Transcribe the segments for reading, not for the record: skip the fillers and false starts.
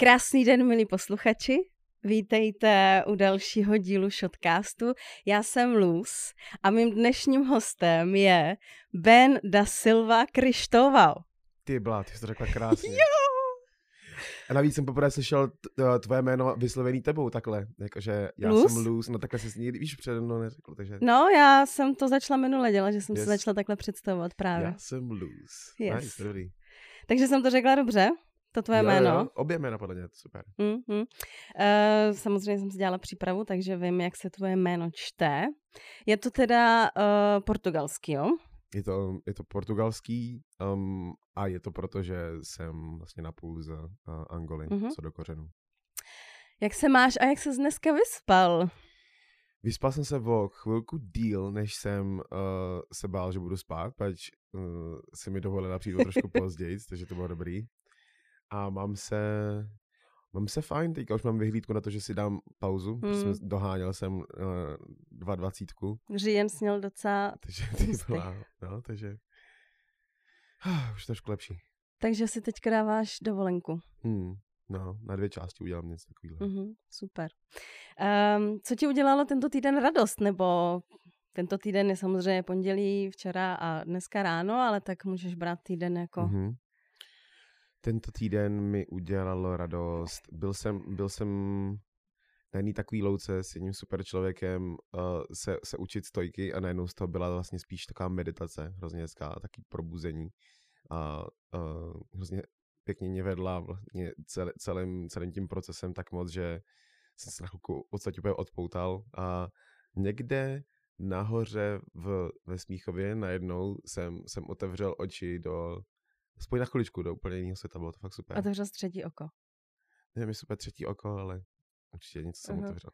Krásný den, milí posluchači. Vítejte u dalšího dílu Shotcastu. Já jsem Luz a mým dnešním hostem je Ben da Silva Cristóvão. Ty jsi to řekla krásně. Jo! A navíc jsem poprvé slyšel tvoje jméno vyslovený tebou takhle, jakože já Luz? jsem Luz, no takhle jsi nikdy víš přede mnou neřekl, takže... No, já jsem to začala minule dělat, že jsem se začala takhle představovat právě. Já jsem Luz. Yes. Nice, dobrý. Takže jsem to řekla dobře, to tvoje jméno. Jo, obě jména podle mě, super. Samozřejmě jsem si dělala přípravu, takže vím, jak se tvoje jméno čte. Je to teda portugalský, jo? Je to portugalský a je to proto, že jsem vlastně napůl z Angoly, co do kořenů. Jak se máš a jak ses dneska vyspal? Vyspal jsem se o chvilku díl, než jsem se bál, že budu spát, pač si mi dovolila přijít trošku později, takže to bylo dobrý. A mám se fajn, teďka už mám vyhlídku na to, že si dám pauzu, protože doháněl jsem 2:20. Říjen sněl docela takže už trošku lepší. Takže si teďka dáváš dovolenku. No, na 2 části udělám něco takového. Super. Co ti udělalo tento týden radost? Nebo tento týden je samozřejmě pondělí, včera a dneska ráno, ale tak můžeš brát týden jako... Tento týden mi udělalo radost. Byl jsem na jedné takový louce s jedním super člověkem se učit stojky a najednou z toho byla vlastně spíš taková meditace, hrozně hezká, taky probuzení. A hrozně pěkně mě vedla vlastně celým tím procesem tak moc, že jsem se na chvilku podstatě úplně odpoutal a někde nahoře ve Smíchově najednou jsem otevřel oči aspoň na chviličku do úplně jiného světa, bylo to fakt super. Otevřel třetí oko. Nevím, jestli super třetí oko, ale určitě něco jsem otevřel.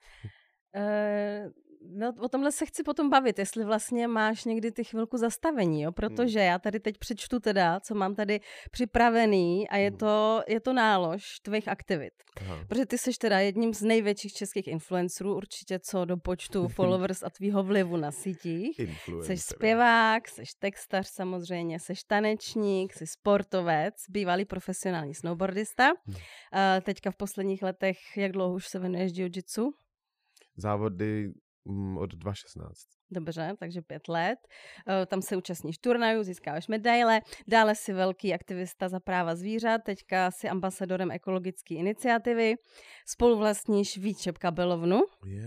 No, o tomhle se chci potom bavit, jestli vlastně máš někdy ty chvilku zastavení, jo? Protože já tady teď přečtu teda, co mám tady připravený a je to nálož tvých aktivit. Aha. Protože ty jsi teda jedním z největších českých influencerů, určitě co do počtu followers a tvýho vlivu na sítích. Jsi zpěvák, jsi textař samozřejmě, jsi tanečník, jsi sportovec, bývalý profesionální snowboardista. Teďka v posledních letech, jak dlouho už se věnuješ jiu-jitsu? Závody od 2016. Dobře, takže 5 let. Tam se účastníš turnajů, získáváš medaile. Dále jsi velký aktivista za práva zvířat. Teďka jsi ambasadorem ekologické iniciativy. Spoluvlastníš Výčep kabelovnu,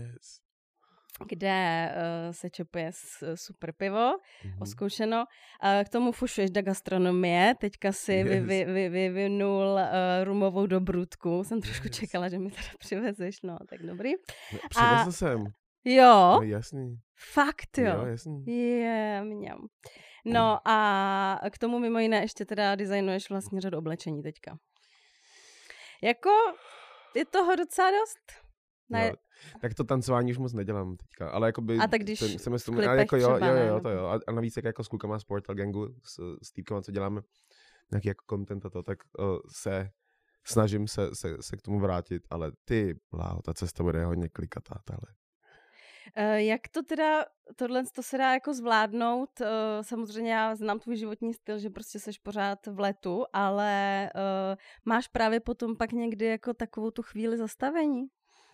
kde se čepuje super pivo, oskoušeno. K tomu fušuješ do gastronomie. Teďka si vyvinul rumovou dobrůdku. Jsem trošku čekala, že mi teda přivezeš. No, tak dobrý. Přivezl jsem. Jo? No, jasný. Fakt jo? Jo, jasný. Mňam. No a k tomu mimo jiné ještě teda designuješ vlastně řadu oblečení teďka. Jako je toho docela dost? Jo, tak to tancování už moc nedělám teďka, ale jakoby... A tak když v klipech jako jo, to jo. A navíc jako s klukama z Portal Gangu, s týpkama, co děláme nějaký jako content a to, tak snažím se k tomu vrátit, ale ta cesta bude hodně klikatá, tahle. Jak to teda, tohle to se dá jako zvládnout? Samozřejmě já znám tvůj životní styl, že prostě seš pořád v letu, ale máš právě potom pak někdy jako takovou tu chvíli zastavení?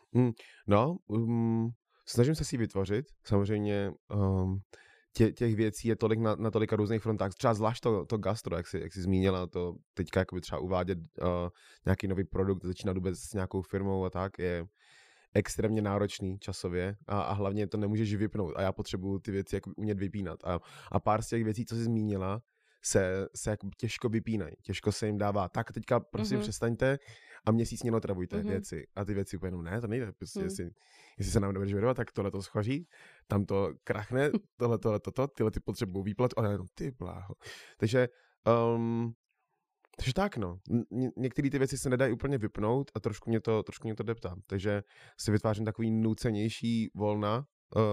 Snažím se si vytvořit. Samozřejmě těch věcí je tolik na tolika různých frontách. Třeba zvlášť to gastro, jak jsi zmínila, to teďka jakoby třeba uvádět nějaký nový produkt, začínat vůbec s nějakou firmou a tak, je extrémně náročný časově a hlavně to nemůžeš vypnout a já potřebuju ty věci jako umět vypínat a pár z těch věcí, co jsi zmínila, se jako těžko vypínají, těžko se jim dává, tak teďka prosím přestaňte a měsíc neotravujte věci a ty věci úplně ne, to nejde, prostě jestli se nám nebudeš věnovat, tak tohle to schoří, tam to krachne, tyhle ty potřebují výplat, ale no ty bláho. Takže tak no, některé ty věci se nedají úplně vypnout a trošku mě to deptá, takže si vytvářím takový nucenější volna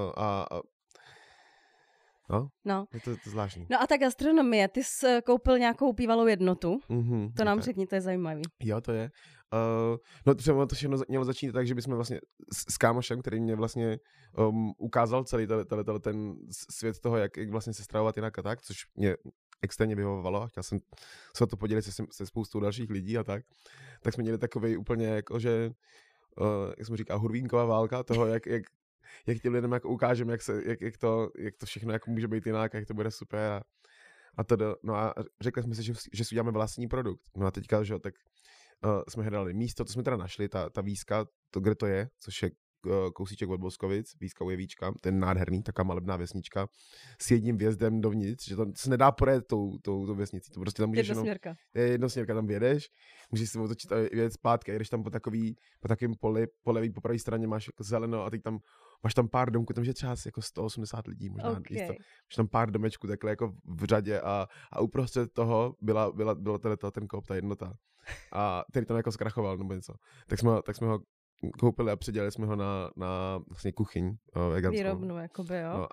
No, je to zvláštní. No a ta gastronomie, ty jsi koupil nějakou bývalou jednotu, to nám řekni, to je zajímavý. Jo, to je. No třeba to všechno mělo začít tak, že bychom vlastně s kámošem, který mě vlastně ukázal celý ten svět toho, jak vlastně se stravovat jinak a tak, což mě extrémně vyhovovalo a chtěl jsem se o to podělit se spoustou dalších lidí a tak jsme měli takovej úplně jako, že jak jsem říkal, hurvínková válka toho, jak těm lidem jako ukážeme, jak to všechno jako může být jinak, jak to bude super a to. No a řekli jsme si, že si uděláme vlastní produkt. No a teďka, že tak jsme hledali místo, to jsme teda našli, ta výzka, to, kde to je, což je kousíček od Boskovic, výzka u Jevíčka, ten nádherný, taková malebná vesnička s jedním vjezdem dovnitř, že to se nedá projet tou vesnicí, to prostě tam můžeš jednosměrka tam vědeš, můžeš si otočit a jet zpátky, a jdeš tam po takovém poli, po levý, po pravé straně máš jako zeleno a teď tam máš tam pár domků, tam je třeba asi jako 180 lidí možná, máš tam pár domečků takhle jako v řadě a uprostřed toho byla ten koop, ta jednota. A který tam jako zkrachoval nebo něco. Tak jsme ho koupili a předělali jsme ho na vlastně kuchyň veganskou. Výrobnu, jakoby, jo.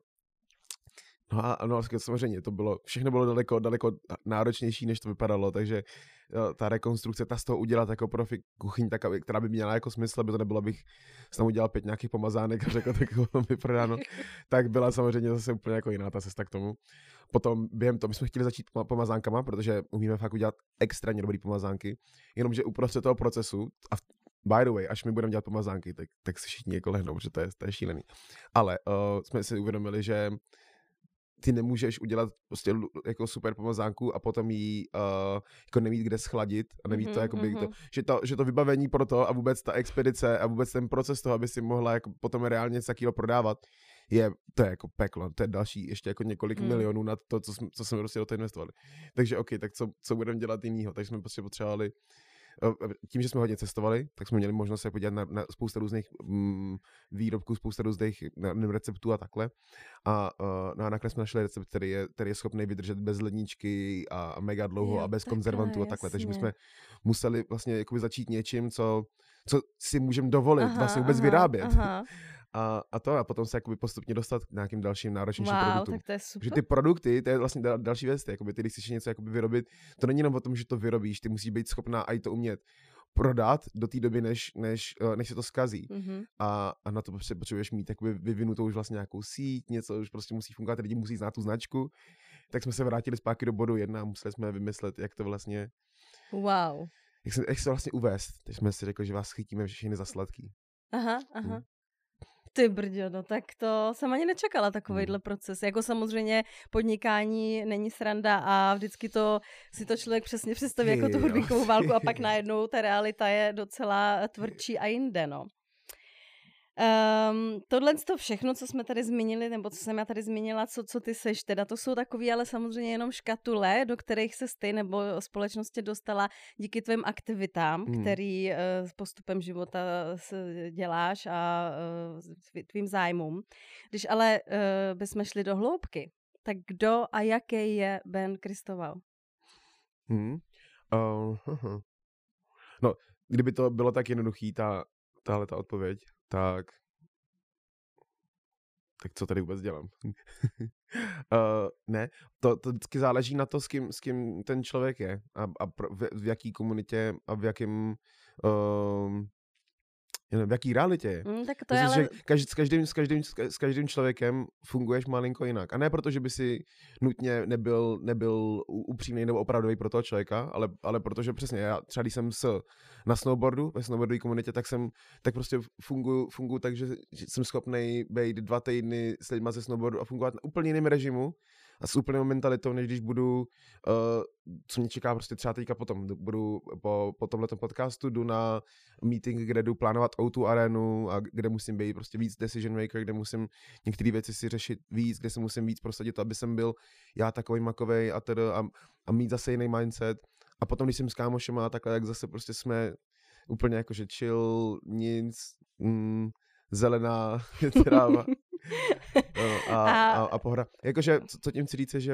No, samozřejmě, všechno bylo daleko náročnější, než to vypadalo, takže ta rekonstrukce, ta z toho udělat jako profi kuchyň, která by měla jako smysl, aby to nebylo, abych tam udělal 5 nějakých pomazánek a řekl, tak vyprodáno, tak byla samozřejmě zase úplně jako jiná ta cesta k tomu. Potom během toho, my jsme chtěli začít pomazánkama, protože umíme fakt udělat extrémně dobrý pomazánky, jenomže uprostřed toho procesu, a by the way, až my budeme dělat pomazánky, tak si všichni jako lehnou, protože to je šílený. Ale jsme si uvědomili, že ty nemůžeš udělat prostě jako super pomazánku a potom ji jako nemít kde schladit a nemít to jakoby že to vybavení pro to a vůbec ta expedice a vůbec ten proces toho, aby si mohla jako potom reálně něco takového prodávat, to je jako peklo, to je další ještě jako několik milionů na to, co jsme prostě do toho investovali. Takže tak co budeme dělat jinýho, takže jsme prostě potřebovali tím, že jsme hodně cestovali, tak jsme měli možnost se podívat na spousta různých výrobků, spousta různých receptů a takhle. A nakonec jsme našli recept, který je schopný vydržet bez ledničky a mega dlouho a bez konzervantů a takhle. Takže my jsme museli vlastně jakoby začít něčím, co si můžeme dovolit vlastně vůbec vyrábět. A potom se jakoby postupně dostat k nějakým dalším náročnějším produktům. Tak to je super. Že ty produkty, to je vlastně další věc, jakoby ty, když chceš něco jakoby vyrobit, to není jenom o tom, že to vyrobíš, ty musíš být schopná i to umět prodat do té doby, než se to zkazí. A na to potřebuješ mít jakoby vyvinutou už vlastně nějakou síť, něco už prostě musí fungovat, lidi musí znát tu značku. Tak jsme se vrátili zpátky do bodu 1 a museli jsme vymyslet, jak to vlastně... Wow. Jak se to vlastně uvést. Takže jsme si řekli, že vás chytíme všechny za sladký. Aha. Ty brďo, no tak to jsem ani nečekala takovejhle proces. Jako samozřejmě podnikání není sranda a vždycky si to člověk přesně představí jako tu hurvíkovou válku a pak najednou ta realita je docela tvrdší a jinde, no. Tohle to všechno, co jsme tady zmínili, nebo co jsem já tady zmínila, co ty seš, teda to jsou takový, ale samozřejmě jenom škatule, do kterých se ty nebo společnosti dostala díky tvým aktivitám, který s postupem života děláš a tvým zájmům. Když ale bychom šli do hloubky, tak kdo a jaký je Ben Kristoval? No, kdyby to bylo tak jednoduchý, tahle odpověď, tak co tady vůbec dělám? Ne, to vždycky záleží na to, s kým ten člověk je a v jaký komunitě a v jakém v jaký realitě je. Tak to je ale... S každým člověkem funguješ malinko jinak. A ne proto, že by si nutně nebyl upřímný nebo opravdový pro toho člověka, ale protože přesně já třeba když jsem na snowboardu, ve snowboardové komunitě, tak prostě funguju tak, že jsem schopný být 2 týdny s lidma ze snowboardu a fungovat na úplně jiném režimu a s úplnou mentalitou, než když budu, co mě čeká prostě třeba teďka potom, budu po tomhletom podcastu, jdu na meeting, kde jdu plánovat O2 arénu a kde musím být prostě víc decision maker, kde musím některé věci si řešit víc, kde se musím víc prosadit, aby jsem byl já takovej makovej a mít zase jiný mindset. A potom, když jsem s kámošema a takhle, jak zase prostě jsme úplně jakože chill, nic, zelená tráva. A pohoda. Jakože, co tím chci říct, je, že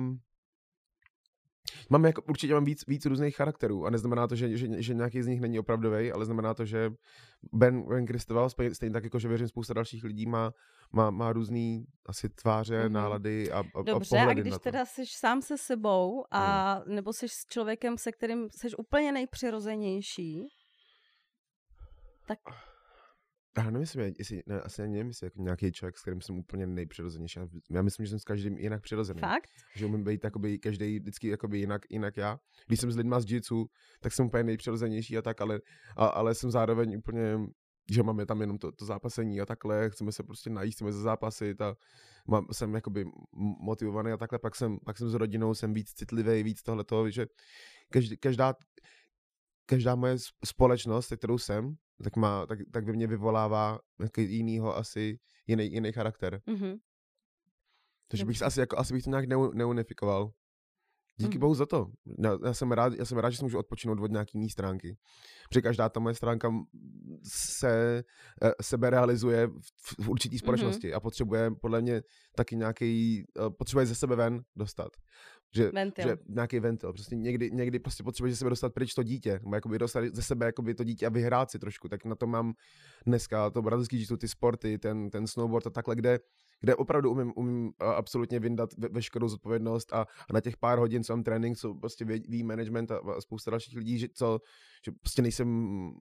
určitě mám víc různých charakterů a neznamená to, že nějaký z nich není opravdový, ale znamená to, že Ben Kristoval, stejně tak, jako že věřím spousta dalších lidí, má různý asi tváře, nálady a Dobře, pohledy a když na to. teda jsi sám se sebou a nebo jsi s člověkem, se kterým jsi úplně nejpřirozenější, tak Já nevím, asi nevím, jestli jako nějaký člověk, s kterým jsem úplně nejpřirozenější. Já myslím, že jsem s každým jinak přirozený. Fakt? Že umím být jakoby, každý vždycky jakoby jinak já. Když jsem s lidma z jiu-jitsu, tak jsem úplně nejpřirozenější a tak, ale jsem zároveň úplně, že máme tam jenom to zápasení a takhle, chceme se prostě najíst, chceme se zápasit a jsem jakoby motivovaný a takhle, pak jsem s rodinou, jsem víc citlivý, víc tohletoho, že každá moje společnost, se kterou jsem, tak ve mně vyvolává jinýho asi jiný charakter. Mm-hmm. Takže bych asi bych to nějak neunifikoval. Díky bohu za to. Já jsem rád, že si můžu odpočinout od nějaký jiný stránky. Protože každá ta moje stránka se sebe realizuje v určitý společnosti a potřebuje podle mě taky potřebuje ze sebe ven dostat. Že nějaký ventil. Prostě někdy prostě potřebuje ze sebe dostat pryč to dítě. Nebo jakoby dostat ze sebe jakoby to dítě a vyhrát si trošku. Tak na to mám dneska to brazilský jiu-jitsu, ty sporty, ten snowboard a takhle, kde opravdu umím absolutně vyndat veškerou zodpovědnost a na těch pár hodin, co mám trénink, co prostě ví management a spousta dalších lidí, že prostě nejsem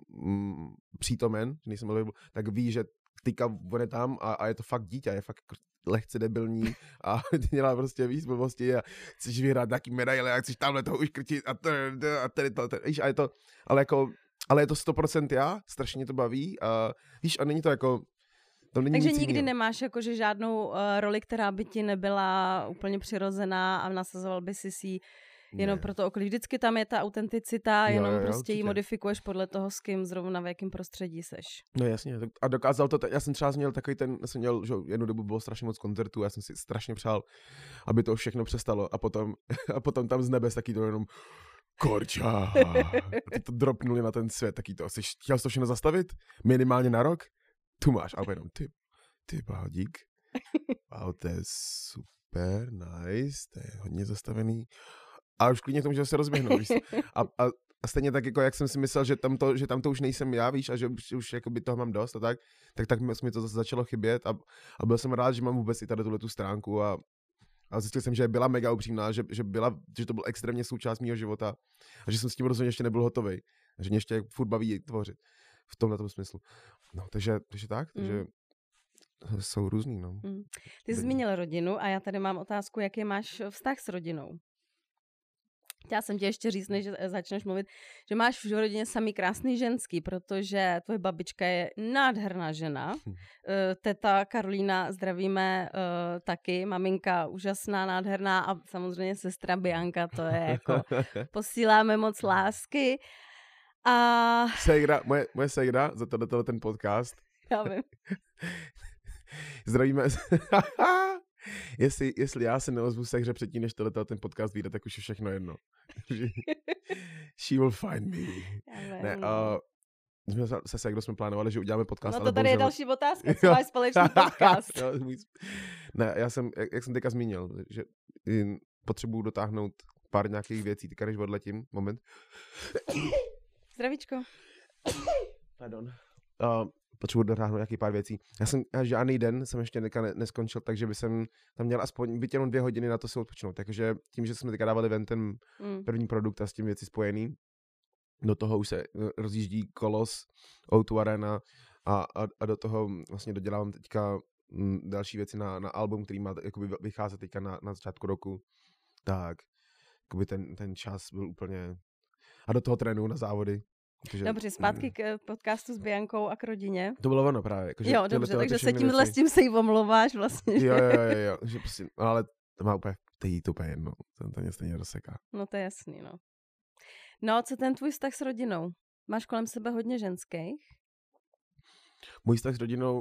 přítomen, že nejsem available, tak ví, že teďka on je tam a je to fakt dítě, je fakt lehce debilní a dělá prostě víc blbosti a chceš vyhrát nějaký medaile a chceš tamhle toho už krtit a tady to, víš, a je to, ale je to 100% já, strašně to baví a víš, a není to jako takže nikdy nemáš jakože žádnou roli, která by ti nebyla úplně přirozená a nasazoval by si jenom pro to okolí. Vždycky tam je ta autenticita, jenom prostě ji modifikuješ podle toho, s kým zrovna v jakém prostředí seš. No jasně. A dokázal to, já jsem třeba měl takový jsem měl, že jednu dobu bylo strašně moc koncertů, já jsem si strašně přál, aby to všechno přestalo a potom tam z nebes taky to jenom Korča. A to dropnuli na ten svět, taky to. Chtěl jsi to všechno zastavit? Minimálně na rok? Tu máš. A jenom ty bádík. Wow, to je super, nice, to je hodně zastavený. A už klidně to může se rozběhnout. A stejně tak, jako jak jsem si myslel, že tam to už nejsem já, víš, a že už jakoby toho mám dost a tak mi to zase začalo chybět a byl jsem rád, že mám vůbec i tady tu stránku a zjistil jsem, že byla mega upřímná, že to byl extrémně součást mýho života a že jsem s tím rozhodně ještě nebyl hotovej. A že mě ještě furt baví tvořit v tomhletom smyslu. No, takže tak, takže jsou různý, no. Ty jsi zmínil rodinu a já tady mám otázku, jaký máš vztah s rodinou? Chtěla jsem tě ještě říct, než začneš mluvit, že máš v rodině samý krásný ženský, protože tvoje babička je nádherná žena. Teta Karolína, zdravíme taky, maminka úžasná, nádherná a samozřejmě sestra Bianka, to je jako posíláme moc lásky. A... Moje ségra za ten podcast. Já vím. Zdravíme. Jestli já se neozvu séhře předtím, než ten podcast vyjde, tak už je všechno jedno. She will find me. Ne, se ségrou jsme plánovali, že uděláme podcast. No to tady je další otázka, co máš společný podcast. Ne, jak jsem teďka zmínil, že potřebuju dotáhnout pár nějakých věcí, teďka než odletím. Moment. Zdravíčko. Pardon. Potřebuji dotáhnout nějaký pár věcí. Já žádný den jsem ještě neskončil, takže by jsem tam měl aspoň byť jenom 2 hodiny na to se odpočinout. Takže tím, že jsme teďka dávali ven ten první produkt a s tím věci spojený, do toho už se rozjíždí kolos O2 Arena a do toho vlastně dodělávám teďka další věci na album, který má jakoby vycházet teďka na začátku roku. Tak jakoby ten čas byl úplně... A do toho trénuju na závody. Takže, dobře, zpátky k podcastu s Biankou a k rodině. To bylo ono právě. Jakože jo, dobře, takže se tímhle s tím se jí omlouváš vlastně. Jo, že prostě, ale to má úplně, to jí to úplně jedno, to mě stejně rozseká. No to je jasný, no. No, co ten tvůj vztah s rodinou? Máš kolem sebe hodně ženských? Můj vztah s rodinou,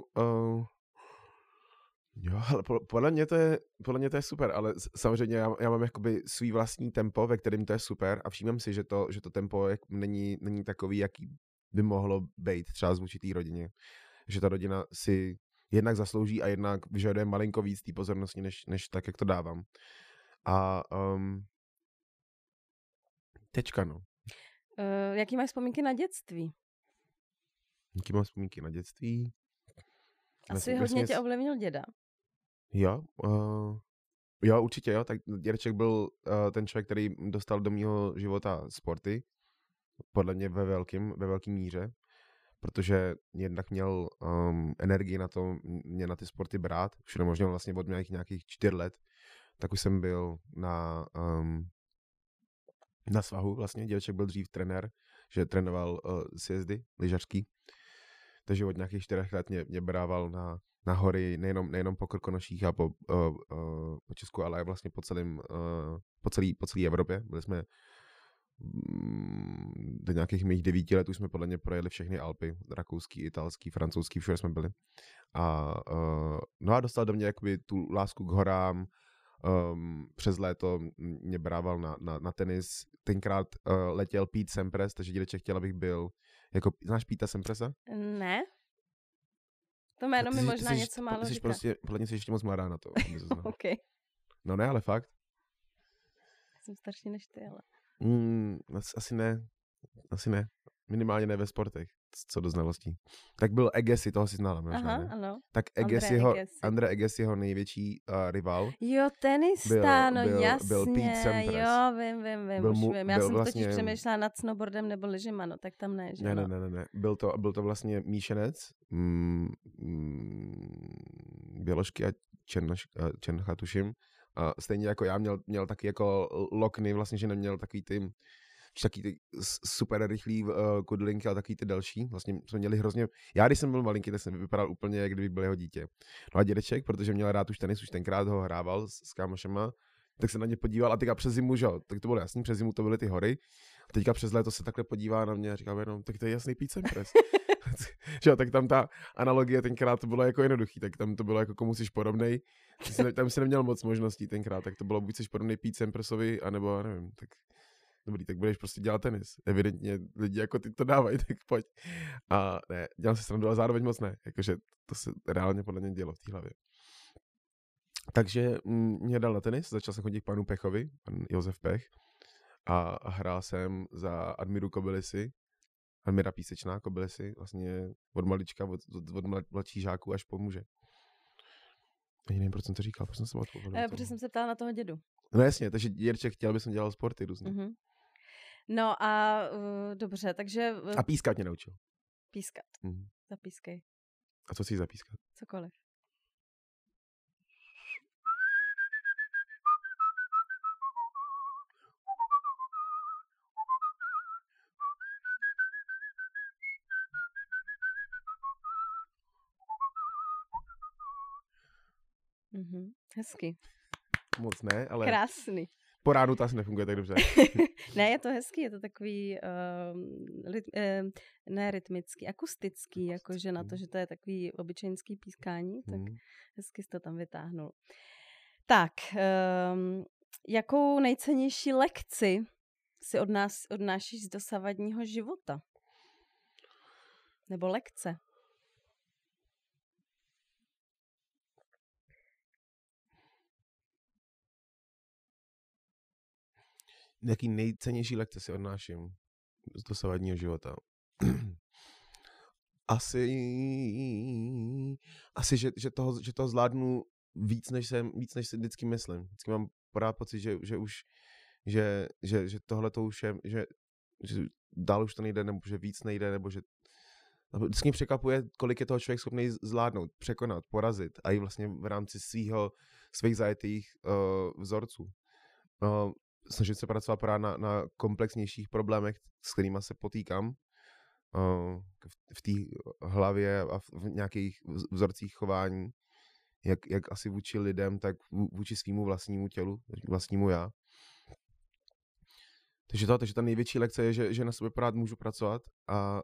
jo, ale podle mě to je super, ale samozřejmě já mám jakoby svý vlastní tempo, ve kterém to je super a všímám si, že to tempo není takový, jaký by mohlo být třeba z určitý rodině. Že ta rodina si jednak zaslouží a jednak vyžaduje malinko víc té pozornosti, než tak, jak to dávám. A tečka, no. Jaký máš vzpomínky na dětství? Jaký mám vzpomínky na dětství? Asi hodně tě ovlivnil děda. Jo, určitě jo. Tak dědeček byl ten člověk, který dostal do mýho života sporty. Podle mě ve velkým míře. protože jednak měl energii na to, mě na ty sporty brát, všude možná vlastně od nějakých 4 let, tak už jsem byl na svahu vlastně, dědeček byl dřív trenér, že trénoval sjezdy lyžařský, takže od nějakých 4 let mě brával na hory, nejenom po Krkonoších a po Česku, ale vlastně po celé Evropě. Byli jsme do nějakých mých 9 let už jsme podle mě projeli všechny Alpy, rakouský, italský, francouzský, všude jsme byli. No a dostal do mě jakoby tu lásku k horám, přes léto mě brával na tenis, tenkrát letěl Pete Sampras, takže dědeček chtěl, abych byl, jako, znáš Peta Samprasa? Ne. To jméno mi možná něco málo říká. Ty jsi prostě, podle mě jsi ještě moc mladá na to. Okay. No ne, ale fakt. Jsem starší než ty, ale. Asi ne. Minimálně ne ve sportech, co do znalostí. Tak byl Agassi, toho si znala možná, aha, ne? ano. Tak Andre Agassi, jeho největší rival. Jo, tenista, no jasně. Byl Pete Sampras. Jo, vím. Já jsem vlastně totiž přemýšlela nad snowboardem nebo lyžema, no tak tam ne, že? Ne. Byl to vlastně míšenec Běložky a Černocha, tuším. A stejně jako já měl taky jako lokny, vlastně, že neměl takový ty super rychlý kudlinky a takový ty další. Vlastně jsme měli hrozně... Já, když jsem byl malinký, tak jsem vypadal úplně, jak kdyby byl jeho dítě. No a dědeček, protože měl rád už tenis, už tenkrát ho hrával s kámošema, tak se na ně podíval a teďka přes zimu, že jo, tak to bylo jasný, přes zimu to byly ty hory. A teďka přes léto se takhle podívá na mě a říká jenom, tak to je jasný Pete Sampras. Že jo, tak tam ta analogie tenkrát to bylo jako jednoduchý, tak tam to bylo jako komu jsi podobnej. Tam si neměl moc možností tenkrát, tak to bylo buď jsi podobnej Pete Samprasovi, anebo nevím, tak dobrý, tak budeš prostě dělat tenis. Evidentně lidi jako ty to dávají, tak pojď. A ne, dělal si srandu, ale zároveň moc ne. Jakože to se reálně podle mě dělo v té hlavě. Takže mě dal na tenis, začal jsem chodit k panu Pechovi, pan Josef Pech, a hrál jsem za Admiru Kobylisy, Admira Písečná Kobylisy, vlastně od malička, od mladších žáků až po muže. Ani nevím, proč jsem to říkal, proč jsem se odpověděl. Protože jsem se ptala na toho dědu. No jasně, takže dědeček chtěl, aby jsem dělal sporty různě. Mm-hmm. No a dobře, takže... A pískat mě naučil. Pískat. Zapískej. A co chceš zapískat? Cokoliv. Hezky. Moc ne, ale... Krásný. Po ránu to asi nefunguje tak dobře. Ne, je to hezký, je to takový ne rytmický, akustický, jakože na to, že to je takový obyčejnský pískání, tak hezky jsi to tam vytáhnul. Tak, jakou nejcennější lekci si odnášíš z dosavadního života? Nebo lekce? Jaký nejcennější lekce si odnáším z dosavadního života? Asi že toho zvládnu víc, než si vždycky myslím. Vždycky mám pořád pocit, že tohle to už je, že dál už to nejde, nebo že víc nejde, nebo že vždycky mě překvapuje, kolik je toho člověk schopný zvládnout, překonat, porazit a i vlastně v rámci svých zajetých vzorců. Snažím se pracovat právě na komplexnějších problémech, s kterými se potýkám v té hlavě a v nějakých vzorcích chování, jak asi vůči lidem, tak vůči svýmu vlastnímu tělu, vlastnímu já. Takže ta největší lekce je, že na sobě pořád můžu pracovat a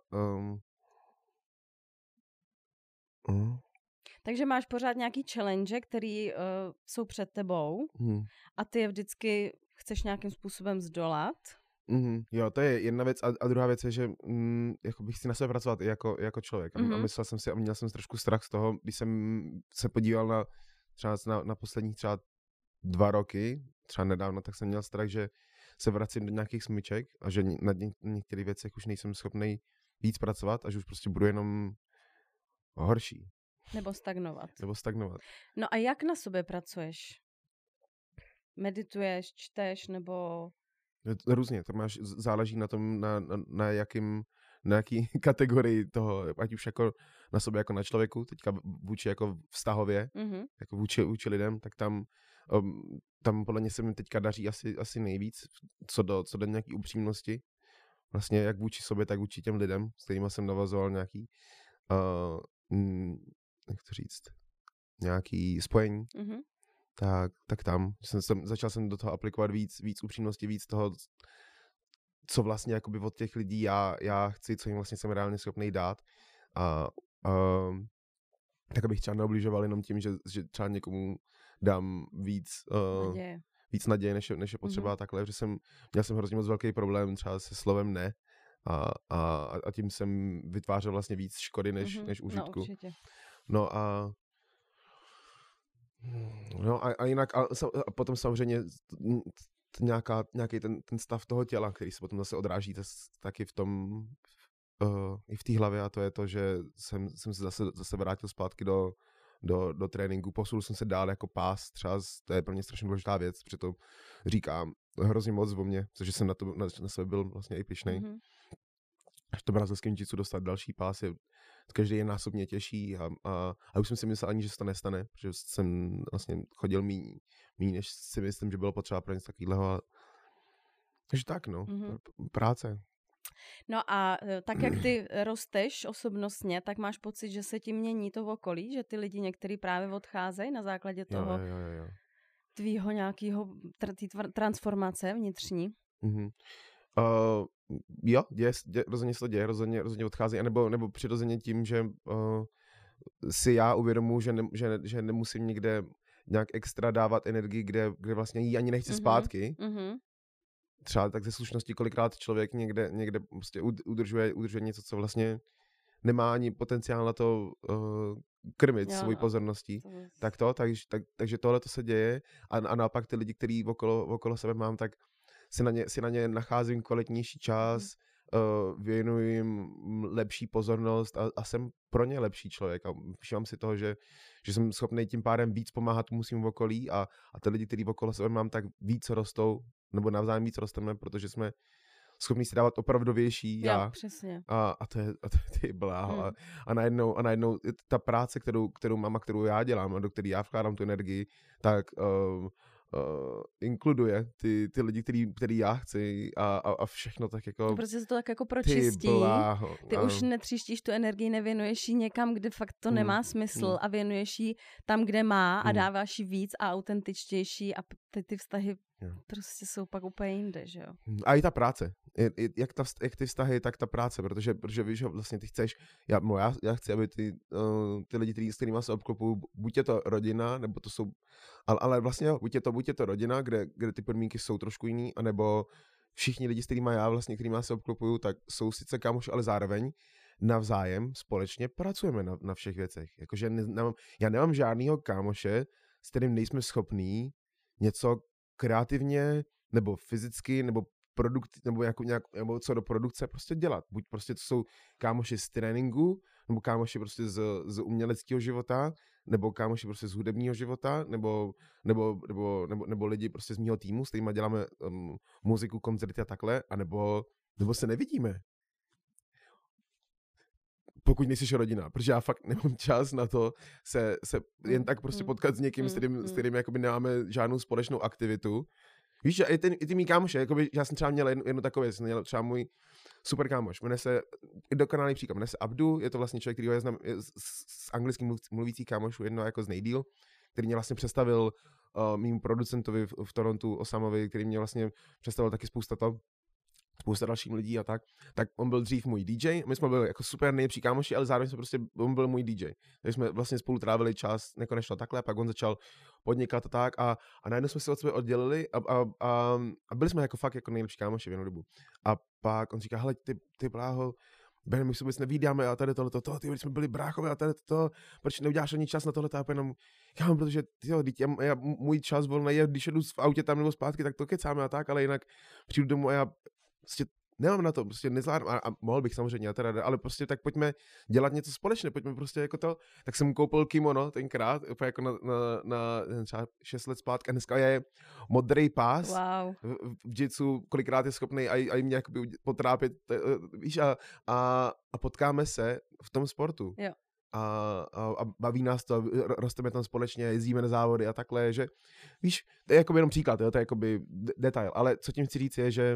Takže máš pořád nějaký challenge, který jsou před tebou a ty je vždycky chceš nějakým způsobem zdolat. Jo, to je jedna věc a druhá věc je, že jako bych si na sebe pracovat i jako člověk. A myslel jsem si a měl jsem trošku strach z toho, když jsem se podíval na posledních třeba 2 roky, třeba nedávno, tak jsem měl strach, že se vracím do nějakých smyček a že na některých věcech už nejsem schopný víc pracovat a že už prostě budu jenom horší. Nebo stagnovat. No a jak na sobě pracuješ? Medituješ, čteš, nebo... Různě, to záleží na tom, na na jaký kategorii toho, ať už jako na sobě jako na člověku, teďka vůči jako vztahově, jako vůči lidem, tak tam podle mě se mi teďka daří asi nejvíc, co do nějaký upřímnosti. Vlastně jak vůči sobě, tak vůči těm lidem, s kterými jsem navazoval nějaký, jak to říct, nějaký spojení. Tak tam začal jsem do toho aplikovat víc upřímnosti, víc toho, co vlastně jakoby od těch lidí já chci, co jim vlastně jsem reálně schopný dát. Tak abych třeba neobližoval jenom tím, že třeba někomu dám víc naděje, než je potřeba takhle, že měl jsem hrozně moc velký problém třeba se slovem ne a tím jsem vytvářel vlastně víc škody než užitku. No, určitě. A jinak a potom samozřejmě nějaký ten stav toho těla, který se potom zase odráží taky v tom i v té hlavě, a to je to, že jsem se zase vrátil zpátky do tréninku, posunul jsem se dál jako pás, třeba to je pro mě strašně důležitá věc, protože to říkám hrozně moc o mně, protože jsem na sebe byl vlastně i pyšnej. Až v tom brazilském jiu-jitsu dostat další pás, každý je násobně těžší a už jsem si myslel ani, že se to nestane, protože jsem vlastně chodil míň, než si myslím, že bylo potřeba pro něco takového. Takže tak, práce. No a tak, jak ty rosteš osobnostně, tak máš pocit, že se ti mění to v okolí, že ty lidi některý právě odcházejí na základě toho tvýho nějakého transformace vnitřní? Jo, rozhodně se to děje, rozhodně odcházejí, nebo přirozeně tím, že si já uvědomuji, že nemusím někde nějak extra dávat energii, kde vlastně jí ani nechci zpátky. Třeba tak ze slušnosti kolikrát člověk někde prostě udržuje něco, co vlastně nemá ani potenciál na to krmit svou pozorností. Takže tohle to se děje a naopak ty lidi, který okolo sebe mám, tak si na ně nacházím kvalitnější čas, věnuji jim lepší pozornost a jsem pro ně lepší člověk. A všímám si toho, že jsem schopný tím pádem víc pomáhat tomu svým okolí a ty lidi, který okolo sebe mám, tak víc rostou, nebo navzájem víc rosteme, protože jsme schopní si dávat opravdovější já. Přesně. A to je ty bláho. A najednou ta práce, kterou mám a kterou já dělám a do které já vkládám tu energii, tak inkluduje ty lidi, který já chci a všechno tak jako... Prostě se to tak jako pročistí. Ty už netříštíš tu energii, nevěnuješ ji někam, kde fakt to nemá smysl a věnuješ ji tam, kde má a dáváš ji víc a autentičtější a ty vztahy prostě jsou pak úplně jinde, že jo? A i ta práce. Jak ty vztahy, tak ta práce, protože víš, že vlastně ty chceš, já chci, aby ty lidi, s kterými se obklopuju, buď je to rodina, nebo to jsou, ale vlastně jo, buď je to rodina, kde ty podmínky jsou trošku jiný, anebo všichni lidi, s kterými se obklopuju, tak jsou sice kámoši, ale zároveň navzájem společně pracujeme na všech věcech. Jakože já nemám žádnýho kámoše, s kterým nejsme schopní něco kreativně, nebo fyzicky, nebo nebo co do produkce prostě dělat. Buď prostě to jsou kámoši z tréninku, nebo kámoši prostě z uměleckého života, nebo kámoši prostě z hudebního života, nebo lidi prostě z mýho týmu, s kterýma děláme muziku, koncerty a takhle, nebo se nevidíme. Pokud nejsiš rodina, protože já fakt nemám čas na to se jen tak prostě potkat s někým, s kterým jakoby nemáme žádnou společnou aktivitu. Víš, že i ty mý kámoše, jakoby, já jsem třeba měl jednu takovou věc, měl třeba můj super kámoš, jmenuje se, dokonalý příklad, jmenuje se Abdu, je to vlastně člověk, který ho znám z anglicky mluvící kámošů, jedno jako z nejdýl, který mě vlastně představil mým producentovi v Torontu, Osamovi, který mě vlastně představil taky spousta dalších lidí a tak on byl dřív můj DJ, my jsme byli jako super nejlepší kámoši, ale zároveň on byl můj DJ. Takže jsme vlastně spolu trávili čas nekonečno takhle, a pak on začal podnikat a tak a najednou jsme se od sebe oddělili a byli jsme jako fakt jako nejlepší kámoši v jednu dobu. A pak on říká, hele, ty bláho, Ben, my se vůbec nevídáme a tady tohleto, ty jsme byli bráchové a tady to, proč neuděláš ani čas na tohleto a jenom, protože můj čas volný je, když jedu v autě tam nebo zpátky, tak to kecáme a tak, ale jinak přijdu domů a já prostě nemám na to, prostě nezvládnu a mohl bych samozřejmě, ale prostě tak pojďme dělat něco společně, pojďme prostě jako to, tak jsem mu koupil kimono tenkrát, úplně jako na třeba 6 let zpátky a dneska je modrý pás, wow. v jitsu kolikrát je schopný aj mě jakoby potrápit, víš, a potkáme se v tom sportu. Jo. A baví nás to, rosteme tam společně, jezdíme na závody a takhle, že víš, to je jakoby jenom příklad, jo, to je jakoby detail, ale co tím chci říct je, že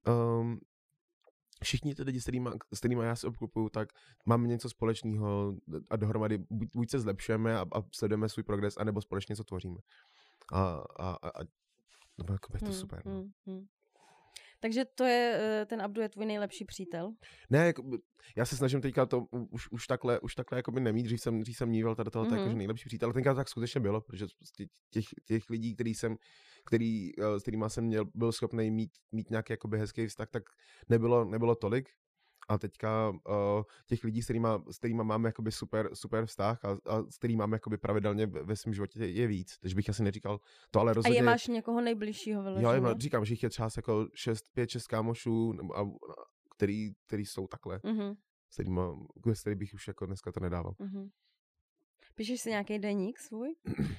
všichni ty lidi, s kterými já se obklupuju, tak máme něco společného a dohromady buď se zlepšujeme a sledujeme svůj progres, anebo společně něco tvoříme. A je to super. No. Takže to je, ten Abdu je tvůj nejlepší přítel? Ne, já se snažím teďka to už takhle jakoby nemít, dřív jsem mýval tady tohle jakože nejlepší přítel, ale tenkrát tak skutečně bylo, protože těch lidí, s kterými jsem byl schopný mít nějaký jakoby hezký vztah, tak nebylo tolik. A teďka těch lidí, s kterýma máme jakoby super vztah a s kterými máme jakoby pravidelně ve svém životě je víc. Takže bych asi neříkal to, ale rozhodně... A máš někoho nejbližšího vyloženě? Jo, říkám, že jich je třeba jako 5-6 kámošů, který jsou takhle. S kterými bych už jako dneska to nedával. Píšeš si nějaký deník svůj?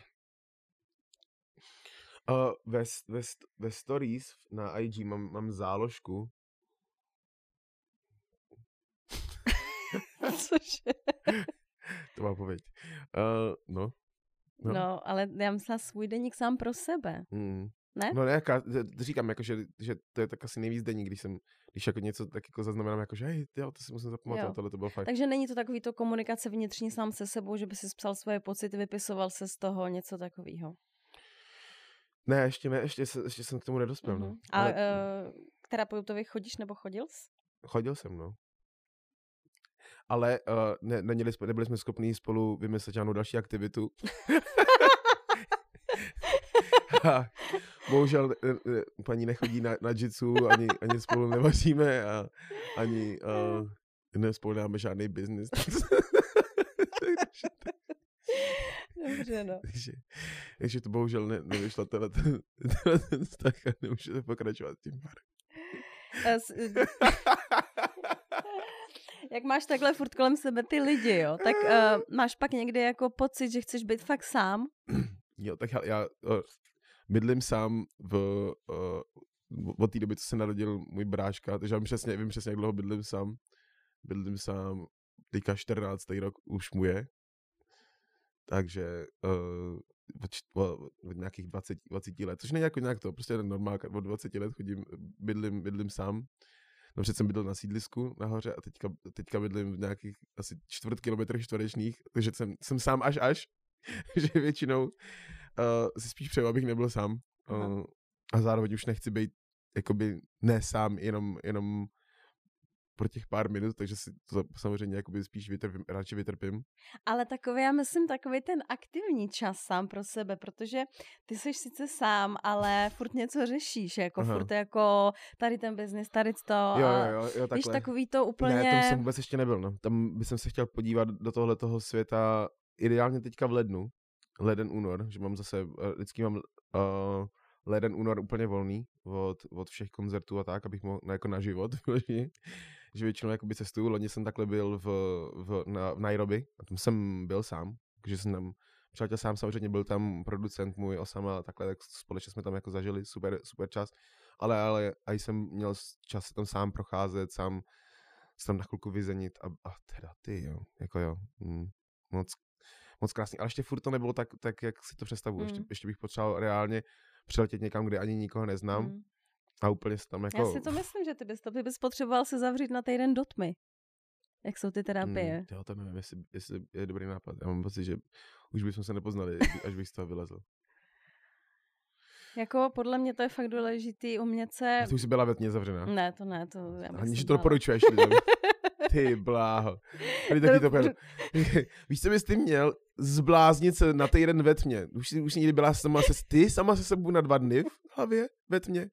Ve stories na IG mám záložku. Cože? To má pověď. No, ale já myslela svůj deník sám pro sebe. Ne? No ne, říkám, jako, že to je tak asi nejvíc deník, když jako něco tak jako zaznamenám, jako, že hej, to si musím zapamatovat, tohle to bylo fajn. Takže není to takový to komunikace vnitřní sám se sebou, že by si psal svoje pocity, vypisoval se z toho, něco takového? Ne, ještě jsem k tomu nedospěl. No. A k terapeutovi chodíš nebo chodil jsi? Chodil jsem, no. Ale nebyli jsme schopni spolu vymyslet žádnou další aktivitu. Bohužel paní nechodí na jitsu, ani spolu nevaříme a ani spolu nemáme žádný biznis. Dobře, no. Takže to bohužel nevyšlo ten vztah a nemůžete pokračovat tím pár. Jak máš takhle furt kolem sebe ty lidi, jo, tak máš pak někdy jako pocit, že chceš být fakt sám? Jo, tak já bydlím sám od té doby, co se narodil můj bráška, takže já vím přesně, jak dlouho bydlím sám. Bydlím sám teďka 14. rok už mu je. Takže od nějakých 20 let, což není jako nějak to, prostě normálka, od 20 let bydlím sám. No před jsem bydlel na sídlisku nahoře a teďka bydlím v nějakých asi 4 kilometrech čtverečních, takže jsem sám až, že většinou si spíš přeju, abych nebyl sám. A zároveň už nechci být jakoby ne sám, jenom pro těch pár minut, takže si to samozřejmě jakoby spíš radši vytrpím. Ale já myslím takový ten aktivní čas sám pro sebe, protože ty jsi sice sám, ale furt něco řešíš, jako furt jako tady ten biznis, tady to. Jo, takhle. Víš, takový to úplně... Ne, tam jsem vůbec ještě nebyl, no. Tam bych se chtěl podívat do tohoto světa ideálně teďka v lednu. Leden, únor, že mám zase, vždycky mám leden, únor úplně volný od všech koncertů a tak, abych mohl jako na život, že většinou jakoby cestuju. Loni jsem takhle byl v Nairobi a tam jsem byl sám, takže jsem tam přiletěl sám, samozřejmě byl tam producent můj Osama a takhle, tak společně jsme tam jako zažili super čas, ale i jsem měl čas se tam sám procházet, sám se tam na chvilku vyzenit a teda ty jo, jako jo, moc krásný, ale ještě furt to nebylo tak jak si to představuji, ještě bych potřeboval reálně přiletět někam, kde ani nikoho neznám a úplně se tam jako... Já si to myslím, že ty bys potřeboval se zavřít na týden do tmy. Jak jsou ty terapie? Jo, to nevím, jestli je dobrý nápad. Já mám pocit, že už bychom se nepoznali, až bych z toho vylezl. Jako podle mě to je fakt důležitý umět se... Ty už jsi byla ve tmě zavřená. Ne, to ne, to... Ani, že to doporučuješ lidem. Ty bláho. Tady taky to pěl. Víš, co bys ty měl? Zbláznit se na týden ve tmě. Už někdy byla sama se sebou na 2 dny v hlavě ve tmě?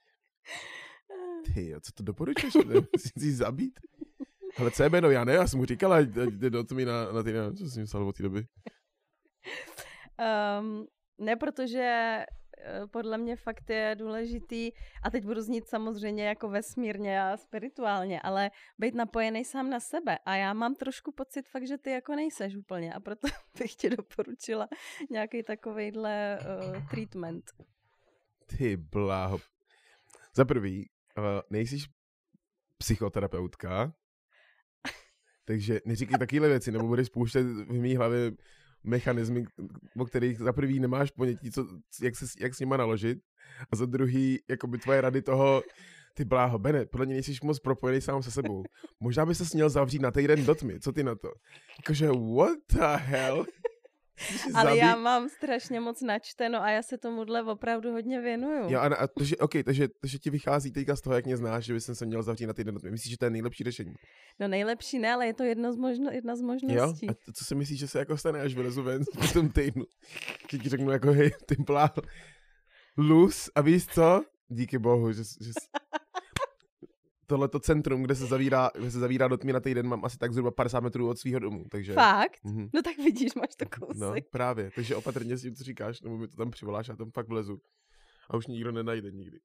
Ty, co to doporučuješ? Chci zabít? Ale co je jméno? Já ne, já jsem mu říkala, jde do tmy na týden. Co jsi myslel od té doby? Ne, protože podle mě fakt je důležitý, a teď budu znít samozřejmě jako vesmírně a spirituálně, ale být napojený sám na sebe. A já mám trošku pocit fakt, že ty jako nejseš úplně, a proto bych ti doporučila nějaký takovejhle treatment. Ty bláho. Za prvý, nejsi psychoterapeutka, takže neříkej takovéhle věci, nebo budeš spouštět v mý hlavě mechanismy, o kterých za prvý nemáš ponětí, jak s nima naložit, a za druhý, jakoby tvoje rady toho, ty bláho, Bene, podle mě nejsi moc propojený sám se sebou. Možná by ses měl zavřít na týden do tmy, co ty na to? Jakože, what the hell? Ale já mám strašně moc načteno a já se tomuhle opravdu hodně věnuju. Jo, takže ti vychází teďka z toho, jak mě znáš, že bys se měl zavřít na týden do tmy. Myslíš, že to je nejlepší řešení? No nejlepší ne, ale je to jedna z možností. Jo? A co si myslíš, že se jako stane, až vylezu ven v tom týdnu? Když ti řeknu jako, hej, ty bláho, luz, a víš co? Díky bohu, že tohleto centrum, kde se zavírá do tmy na týden, mám asi tak zhruba 50 metrů od svého domu, takže... Fakt? No tak vidíš, máš to kousek. No, právě, takže opatrně s tím, co říkáš, nebo mi to tam přivoláš, a tam fakt vlezu. A už nikdo nenajde nikdy.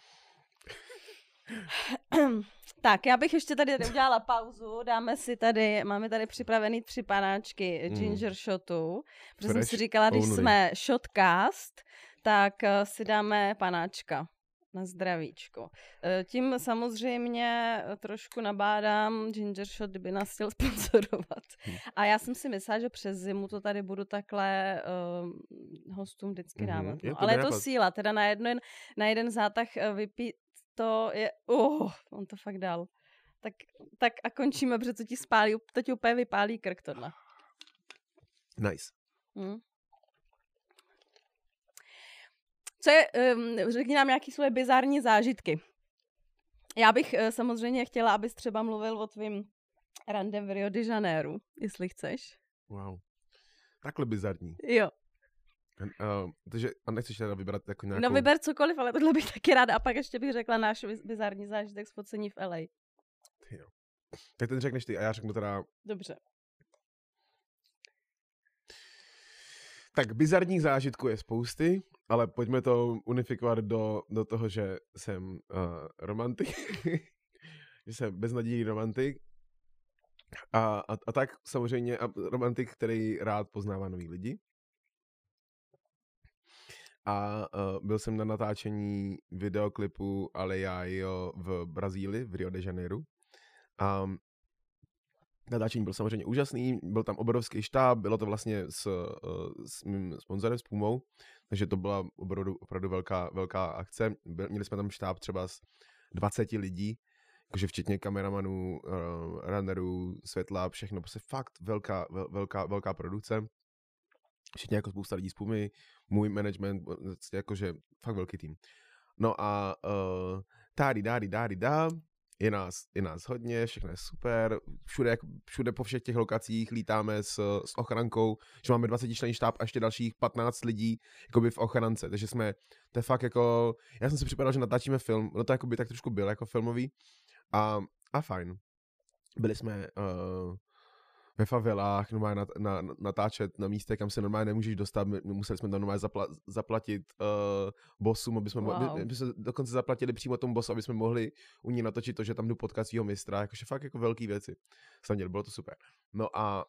Tak, já bych ještě tady udělala pauzu, máme tady připravený 3 panáčky ginger shotu, protože jsem si říkala, když jsme shotcast, tak si dáme panáčka. Na zdravíčko. Tím samozřejmě trošku nabádám Ginger Shot, kdyby nás chtěl sponzorovat. A já jsem si myslela, že přes zimu to tady budu takhle hostům vždycky dávat. No. Ale je to síla, teda na jeden zátah vypít to je... on to fakt dal. Tak a končíme, protože to ti úplně vypálí krk tohle. Nice. Co je, řekni nám nějaké svoje bizarní zážitky. Já bych samozřejmě chtěla, abys třeba mluvil o tvým randem v Rio de Janeiro, jestli chceš. Wow. Takhle bizarní. Jo. Takže a nechceš teda vybrat jako nějakou... No vyber cokoliv, ale tohle bych taky ráda. A pak ještě bych řekla náš bizarní zážitek z focení v LA. Jo. Tak ten řekneš ty a já řeknu teda... Dobře. Tak bizarních zážitků je spousty, ale pojďme to unifikovat do toho, že jsem romantik, že jsem beznadějný romantik a tak samozřejmě romantik, který rád poznává nový lidi. A byl jsem na natáčení videoklipu Alejaio v Brazílii, v Rio de Janeiro. Natáčení byl samozřejmě úžasný, byl tam obrovský štáb, bylo to vlastně s mým sponzorem, s Pumou, takže to byla opravdu velká akce. Měli jsme tam štáb třeba z 20 lidí, jakože včetně kameramanů, runnerů, světla, všechno, prostě fakt velká produkce. Včetně jako spousta lidí z Pumy, můj management, jakože fakt velký tým. No a je nás hodně, všechno je super, všude po všech těch lokacích lítáme s ochrankou, že máme 20členný štáb a ještě dalších 15 lidí jakoby v ochrance, takže to je fakt jako, já jsem si připadal, že natáčíme film, no to jakoby tak trošku byl jako filmový a fajn. Byli jsme ve favelách normálně natáčet na místě, kam se normálně nemůžeš dostat. My museli jsme tam normálně zaplatit bossům, aby jsme dokonce zaplatili přímo tomu bossu, aby jsme mohli u ní natočit to, že tam jdu potkat svýho mistra, jakože fakt jako velký věci. Bylo to super. No a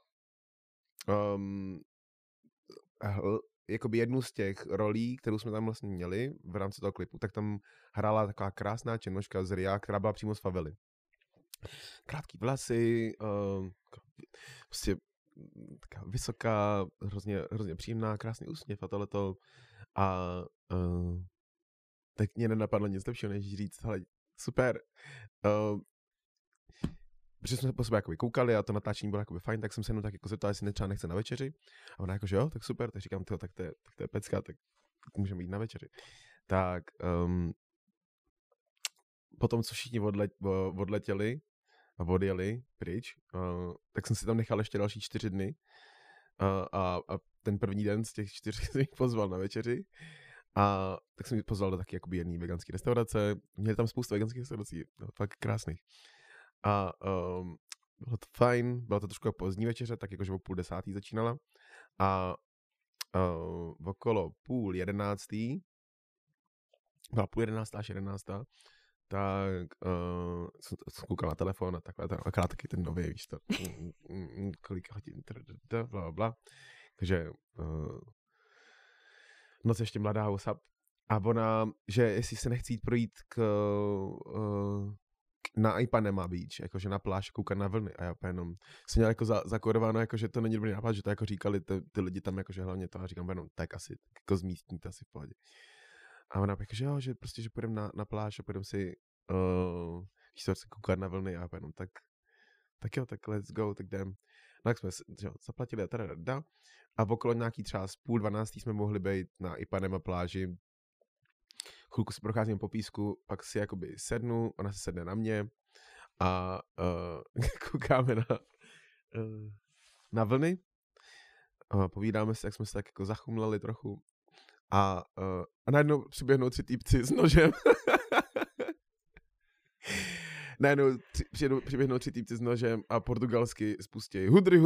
jakoby jednu z těch rolí, kterou jsme tam vlastně měli v rámci toho klipu, tak tam hrála taková krásná černoška z Ria, která byla přímo z favely. Krátký vlasy, prostě taková vysoká, hrozně příjemná, krásný úsměv a tohleto. A tak mě nenapadlo nic lepšího, než říct, hele, super. Protože jsme po sebe jakoby koukali a to natáčení bylo jakoby fajn, tak jsem se jenom tak jako zeptal, jestli třeba nechce na večeři. A ona jako, že jo, tak super, tak říkám, tak to je pecka, tak můžeme jít na večeři. Tak potom, co všichni odletěli a odjeli pryč, tak jsem si tam nechal ještě další 4 dny a ten první den z těch 4 jsem jich pozval na večeři a tak jsem jich pozval do taky jakoby jedné veganské restaurace. Měli tam spoustu veganských restaurací, fakt krásných. A bylo to fajn, byla to trošku pozdní večeře, tak jakože o 10:30 začínala a okolo 10:30 byla 10:30 až 11, tak jsem koukal na telefon a takhle, akorát taky ten nový, víš to, kolik hodin, bla, bla. Takže noc ještě mladá WhatsApp. A ona, že jestli se nechci jít projít na Ipanema Beach, jakože na pláž koukat na vlny. A já jenom jsem měl jako zakódováno, jako, že to není dobrý nápad, že to jako říkali ty lidi tam, jakože hlavně to, a říkám jenom tak asi, jako zmístníte asi v pohodě. A ona jako, že jo, že prostě, že půjdeme na pláž a půjdeme si se koukat na vlny a jenom tak jo, tak let's go, tak jdem. No tak jsme zaplatili a teda. A okolo nějaký třeba 11:30 jsme mohli být na Ipanema pláži. Chvilku se procházím po písku, pak si jakoby sednu, ona se sedne na mě a koukáme na vlny. Povídáme se, jak jsme se tak jako zachumlali trochu. A najednou přiběhnou 3 týpci s nožem. Najednou přiběhnou 3 týpci s nožem a portugalsky spustějí hudry.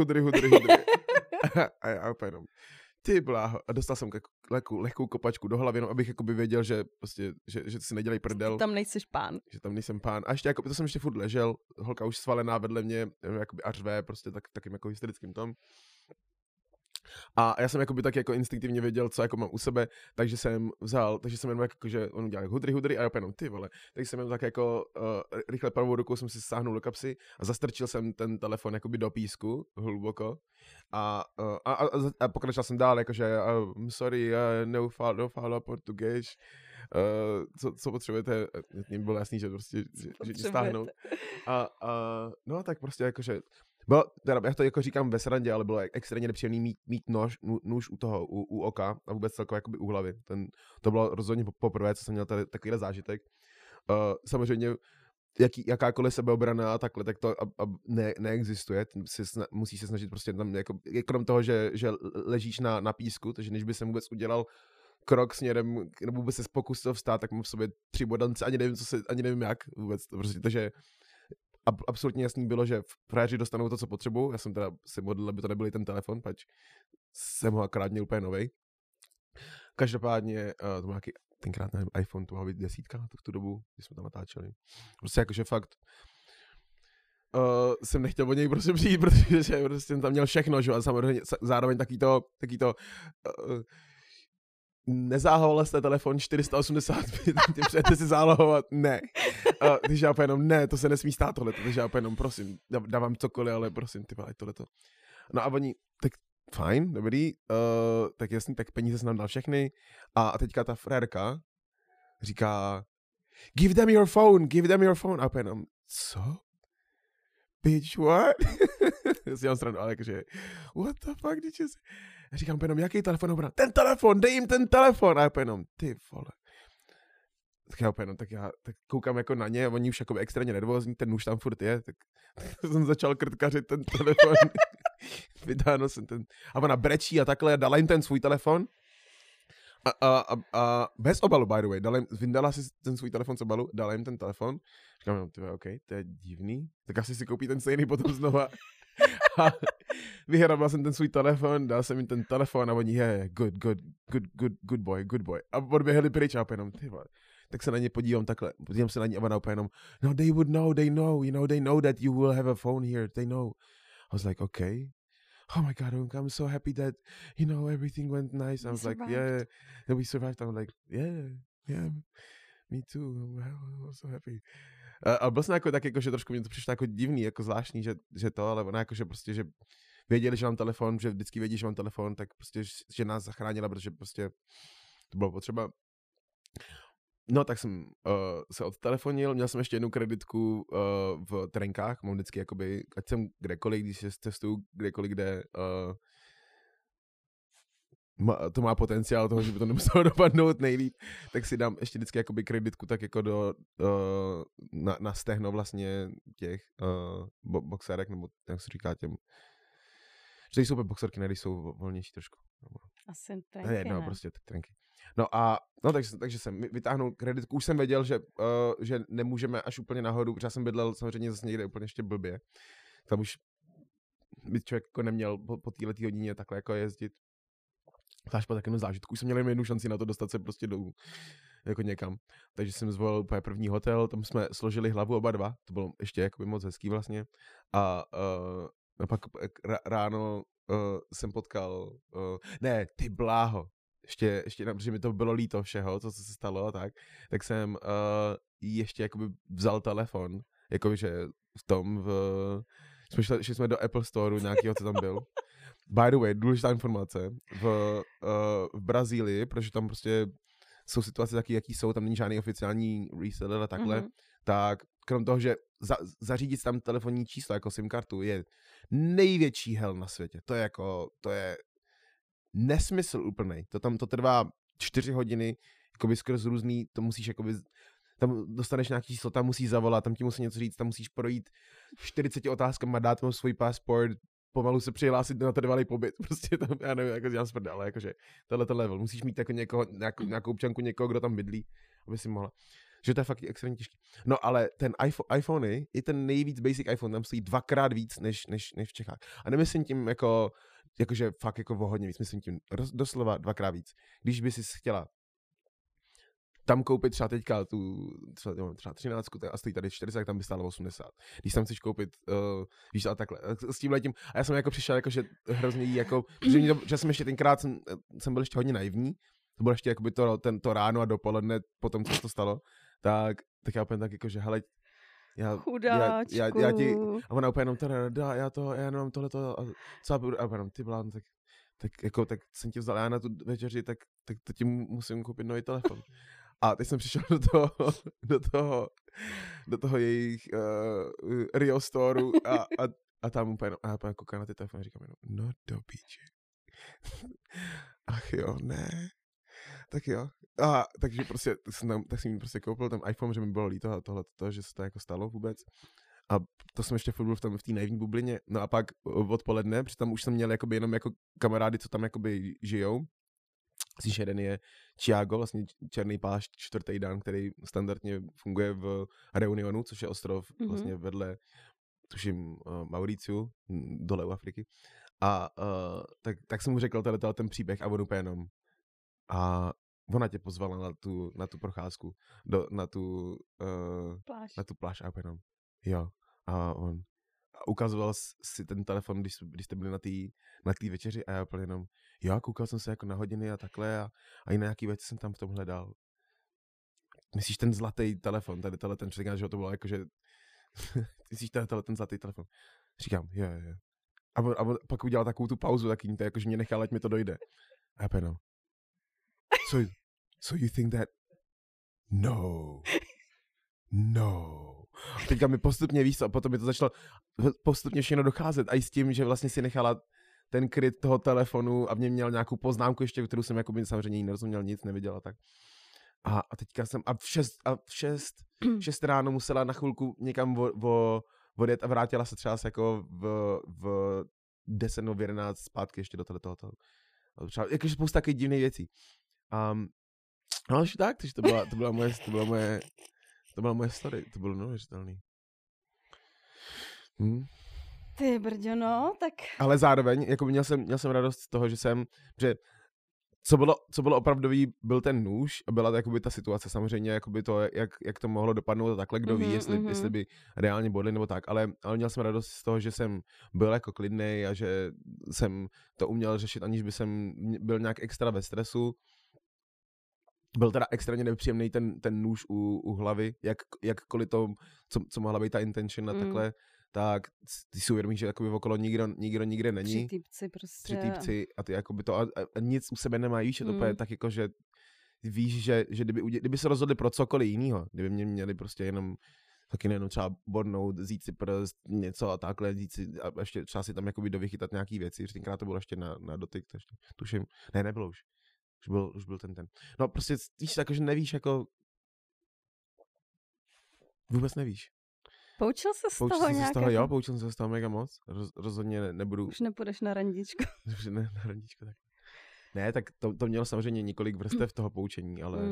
A já úplně jenom, ty bláho. A dostal jsem lehkou kopačku do hlavy, abych jakoby věděl, že prostě, že si nedělej prdel. Že tam nejseš pán. Že tam nejsem pán. A ještě jako, to jsem ještě furt ležel, holka už svalená vedle mě, jakoby a řve, prostě takým jako hysterickým tom. A já jsem jakoby tak jako instinktivně věděl, co jako mám u sebe, takže jsem jenom jako, že on udělal hudry a já jenom ty vole. Takže jsem jenom tak jako rychle pravou rukou jsem si sáhnul do kapsy a zastrčil jsem ten telefon jakoby do písku, hluboko. A pokračoval jsem dál, jakože sorry, no follow português. Co potřebujete? Mně bylo jasný, že prostě že stáhnout. No tak prostě jakože teda já to jako říkám ve srandě, ale bylo extrémně nepříjemný mít nůž u toho, u oka a vůbec celkově jakoby u hlavy. To bylo rozhodně poprvé, co jsem měl tady takovýhle zážitek. Samozřejmě jakákoliv sebeobrana a takhle, tak to neexistuje. Musíš se snažit prostě tam jako, krom toho, že ležíš na písku, takže než by jsem vůbec udělal krok směrem, nebo vůbec se pokusil vstát, tak mám v sobě 3 bodance, ani nevím jak vůbec, prostě, takže absolutně jasný bylo, že frajeři dostanou to, co potřebují. Já jsem teda si modlil, aby to nebyl ten telefon, pač jsem ho akorát měl úplně novej. Každopádně to má nějaký, tenkrát nevím, iPhone, to má být 10 v tu dobu, když jsme tam natáčeli. Prostě jakože fakt jsem nechtěl od něj prostě přijít, protože prostě jsem tam měl všechno, že? A samozřejmě zároveň taky to nezálohoval jste telefon 485, ty přejete si zálohovat, ne. Takže já jenom, ne, to se nesmí stát tohleto, takže já jenom, prosím, dávám cokoliv, ale prosím, ty vole, tohleto. No a oni, tak fajn, dobrý, tak jasný, tak peníze jsem nám dal všechny a teďka ta frérka říká, give them your phone, a jenom, co? Bitch, what? Já si dělám stranu, ale jakože, what the fuck, did you say? Já říkám jenom, jaký telefon obrana? Ten telefon, dej jim ten telefon! A já jenom, ty vole. Tak já koukám jako na ně, oni už jako extrémně nervózní, ten nůž tam furt je, tak jsem začal krtkařit ten telefon. Vytáhnul jsem ten. A ona brečí a takhle, dala jim ten svůj telefon. A bez obalu, by the way, vyndala si ten svůj telefon z obalu, dala jim ten telefon. Říkám, OK, to je divný. Tak asi si koupí ten stejný potom znova. A vyhrabal jsem ten svůj telefon, dal jsem jim ten telefon a oni, good boy. A odběhli pryč a jenom, ty vole. Tak se na ně podívám se na ně a ona úplně jenom, no they would know, they know that you will have a phone here, they know. I was like, okay. Oh my God, I'm so happy that, everything went nice. I was like, yeah, that we survived. I'm like, yeah, me too. I'm so happy. A byl jsem jako tak, jako, že trošku mě to přišlo jako divný, jako zvláštní, že to, ale ona jako, že prostě, že věděli, že mám telefon, že vždycky vědí, že mám telefon, tak prostě, že nás zachránila, protože prostě to bylo potřeba. No, tak jsem se odtelefonil, měl jsem ještě jednu kreditku v trenkách, mám vždycky jakoby, ať jsem kdekoliv, když cestuju kdekoliv, kde to má potenciál toho, že by to nemuselo dopadnout nejlíp, tak si dám ještě vždycky jakoby kreditku tak jako na stehno vlastně těch boxerek, nebo jak se říká těm, že jsou boxerky, ne, když jsou volnější trošku. Asi trenky, ne? Prostě trenky. Takže jsem vytáhnul kreditku, už jsem věděl, že nemůžeme až úplně nahoru, protože já jsem bydlel samozřejmě zase někde úplně ještě blbě. Tam už by člověk jako neměl po této hodině takhle jako jezdit. Zvlášť po takovém zážitku. Už jsem měl jen jednu šanci na to dostat se prostě dolů. jako někam. Takže jsem zvolil úplně první hotel, tam jsme složili hlavu oba dva, to bylo ještě jakoby moc hezký vlastně. A pak ráno jsem potkal, ne, ty bláho, ještě protože mi to bylo líto všeho, co se stalo a tak jsem ještě jakoby vzal telefon, jakože šli jsme do Apple Storeu nějakého, co tam byl. By the way, důležitá informace, v Brazílii, protože tam prostě jsou situace taky, jaký jsou, tam není žádný oficiální reseller a takhle, tak krom toho, že zařídit tam telefonní číslo jako SIM kartu je největší hell na světě. To je nesmysl úplnej. To trvá 4 hodiny, jakoby skrz různý, to musíš jakoby, tam dostaneš nějaký číslo, tam musíš zavolat, tam ti musí něco říct, tam musíš projít 40 otázkama, dát mu svůj passport, pomalu se přihlásit na trvalý pobyt, prostě tam, já nevím, jako dělám smrda, ale jakože tohleto level, musíš mít jako nějakou občanku, někoho, kdo tam bydlí, aby si mohla, že to je fakt extrémně těžké. No ale ten iPhone je ten nejvíc basic iPhone, tam stojí 2x víc než v Čechách. A nemyslím tím jakože fakt jako o hodně víc, myslím tím doslova 2x víc. Když by si chtěla tam koupit třeba teďka třeba 13 a stojí tady 40, tak tam by stálo 80. Když tam chceš koupit, víš, a takhle, s tím letím, a já jsem jako přišel, jakože hrozně jako, že jsem ještě tenkrát, jsem byl ještě hodně naivní, to bylo ještě jakoby to ráno a dopoledne, potom co se to stalo, tak já úplně tak jako, že hele, já ti, a ona úplně jenom já nemám tohleto, a co a jenom ty blán, tak jsem ti vzal já na tu večeři, tak ti musím koupit nový telefon. A teď jsem přišel do toho jejich Rio Storeu a tam úplně, a já úplně koukám na ty telefony a říkám jenom, no do píči. Ach jo, ne. Tak jo. A takže prostě, tak jsem prostě koupil ten iPhone, že mi bylo líto a tohle, že se to jako stalo vůbec. A to jsem ještě byl v té naivní bublině. No a pak odpoledne, protože tam už jsem měl jakoby jenom jako kamarády, co tam jakoby žijou. Myslím, že jeden je Chiago, vlastně černý plášť, 4. dan, který standardně funguje v Reunionu, což je ostrov vlastně vedle, tuším, Mauriciu, dole u Afriky. A tak jsem mu řekl ten příběh a on úplně jenom. A ona tě pozvala na tu procházku, na tu pláž a úplně jenom. Jo. A on ukazoval si ten telefon, když jste byli na té večeři a já úplně jenom, jo, koukal jsem se jako na hodiny a takhle a i na nějaký věci jsem tam v tom hledal. Myslíš ten zlatý telefon, tady ten říkám, že to bylo jako, že myslíš ten zlatý telefon. Říkám, jo. A pak udělal takovou tu pauzu, taky to jako, že mě nechal, ať mi to dojde. A já úplně jenom. So you think that? No. A teďka mi postupně, víš co, a potom mi to začalo postupně všechno docházet. A i s tím, že vlastně si nechala ten kryt toho telefonu a v něm měl nějakou poznámku ještě, kterou jsem jako by samozřejmě jí nerozuměl, nic neviděl a tak. A teďka jsem, v 6 ráno musela na chvilku někam odjet a vrátila se třeba jako v 10 nebo v 11 zpátky ještě do tohoto. Jakože spousta takových divných věcí. No ale tak, takže to byla moje story, to bylo neuvěřitelný. Ty brďo, no, tak... Ale zároveň, jako měl jsem radost z toho, že co bylo opravdový, byl ten nůž a byla to jakoby ta situace, samozřejmě jakoby to, jak to mohlo dopadnout a takhle, kdo ví, jestli by reálně bodli nebo tak, ale měl jsem radost z toho, že jsem byl jako klidnej a že jsem to uměl řešit, aniž by jsem byl nějak extra ve stresu. Byl teda extrémně nepříjemný ten nůž u hlavy, jakkoliv to, co mohla být ta intention a takhle, tak ty si uvědomíš, že jakoby okolo nikdo nikde není. 3 týpci prostě. 3 týpci a ty jakoby to a nic u sebe nemají, víš, je to úplně tak jako, že víš, že kdyby se rozhodli pro cokoliv jinýho, kdyby mě měli prostě jenom taky nejenom třeba bodnout, vzít si prst, něco a takhle, vzít si, a ještě třeba si tam jakoby dovychytat nějaký věci, že tenkrát to bylo ještě na dotyk, to ještě, tuším, ne, nebylo už. Už byl ten. No prostě víš, takže nevíš jako... Vůbec nevíš. Poučil se z toho nějak? Jo, poučil jsem se z toho mega moc. Rozhodně nebudu... Už nepůjdeš na randičko. Ne, na randičko, tak. Ne, tak to mělo samozřejmě několik vrstev toho poučení, ale...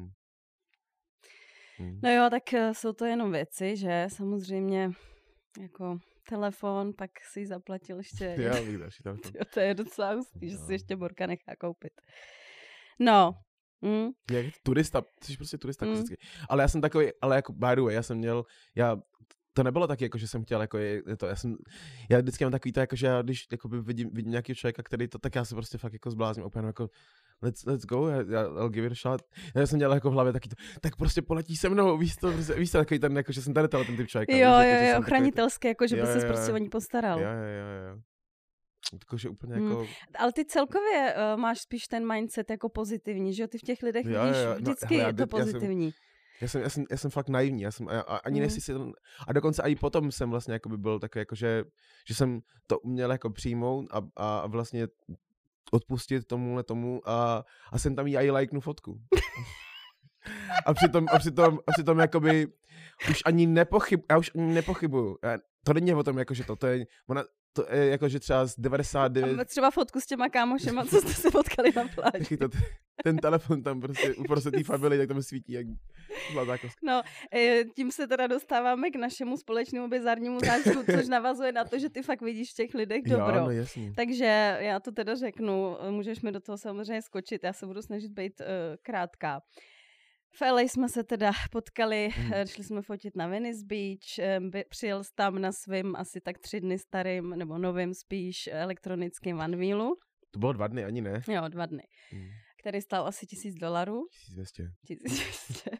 No jo, tak jsou to jenom věci, že samozřejmě jako telefon, pak si zaplatil ještě... Já bych další telefon. To je docela hustý, že si ještě Borka nechá koupit. No, Jak turista, jsi prostě turista klasický. Ale já jsem takový, ale jako by the way, to nebylo taky, jako, že jsem chtěl, jako já vždycky mám takový to, jako, že já, když jako vidím nějakého člověka, který to, tak já se prostě fakt jako zblázním, úplně jako let's go, I'll give it a shot. Já jsem dělal jako v hlavě taky to, tak prostě poletí se mnou, víš to takový ten, jako, že jsem tady ten typ člověka. Jo, chranitelský, jako, že by ses prostě o ní postaral. Jo. Jakože úplně jako... Ale ty celkově máš spíš ten mindset jako pozitivní, že jo? Ty v těch lidech vidíš vždycky je to pozitivní. Já jsem fakt naivní, ani nechci si to, a dokonce i potom jsem vlastně jako by byl takový, jako že jsem to uměl jako přijmout a vlastně odpustit tomu a jsem tam jí i lajknu fotku. A přitom jakoby už ani nepochybuju. To není o tom, jako, že to je jako, že třeba z 99... A třeba fotku s těma kámošema, co jste se potkali na pláži. Ten telefon tam prostě uprostřed té family, tak tam svítí jak zlatá koska. No, tím se teda dostáváme k našemu společnému bizarnímu zážitku, což navazuje na to, že ty fakt vidíš v těch lidech dobro. Jo, no jasně. Takže já to teda řeknu, můžeš mi do toho samozřejmě skočit, já se budu snažit být krátká. V LA jsme se teda potkali, šli jsme fotit na Venice Beach, přijel jsi tam na svým asi tak 3 dny starým, nebo novým spíš elektronickým Unwheelu. To bylo 2 dny, ani ne? Jo, 2 dny. Který stál asi $1000. 1200.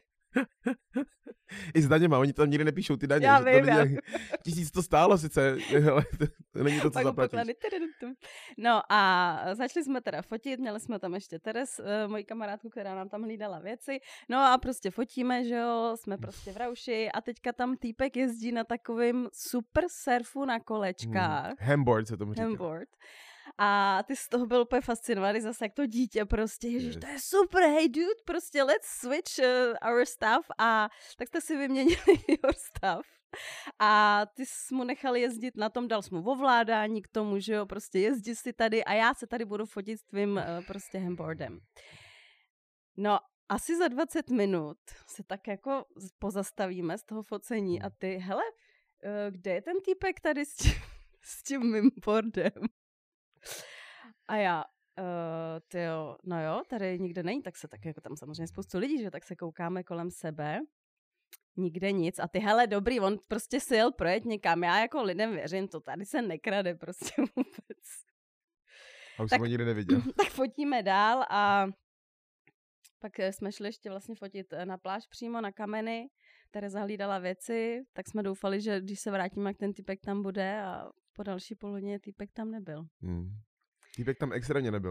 I s daněma, oni tam nikdy nepíšou ty daně. Já vím, 1000 to stálo sice, ale to není to, co zaplatíš. No a začali jsme teda fotit, měli jsme tam ještě Teres, moji kamarádku, která nám tam hlídala věci. No a prostě fotíme, že jo, jsme prostě v rauši a teďka tam týpek jezdí na takovým super surfu na kolečkách. Handboard se tomu říká. Handboard. A ty z toho byl úplně fascinovaný zase jak to dítě prostě, ježiš, to je super, hey dude, prostě let's switch our stuff a tak jste si vyměnili your stuff. A ty jsi mu nechal jezdit na tom, dal jsi mu ovládání k tomu, že jo, prostě jezdí si tady a já se tady budu fotit s tvým prostě handboardem. No, asi za 20 minut se tak jako pozastavíme z toho focení a ty, hele, kde je ten týpek tady s tím mým boardem? A já, tyjo, no jo, tady nikde není, tak se tak jako tam samozřejmě spoustu lidí, že tak se koukáme kolem sebe, nikde nic a ty, hele, dobrý, on prostě si jel projet někam, já jako lidem věřím, to tady se nekrade prostě vůbec. A už jsem ho nikdy neviděl. Tak fotíme dál a pak jsme šli ještě vlastně fotit na pláž přímo na kameny, které zahlídala věci, tak jsme doufali, že když se vrátíme, jak ten týpek tam bude a po další polovině týpek tam nebyl. Týpek tam extrémně nebyl.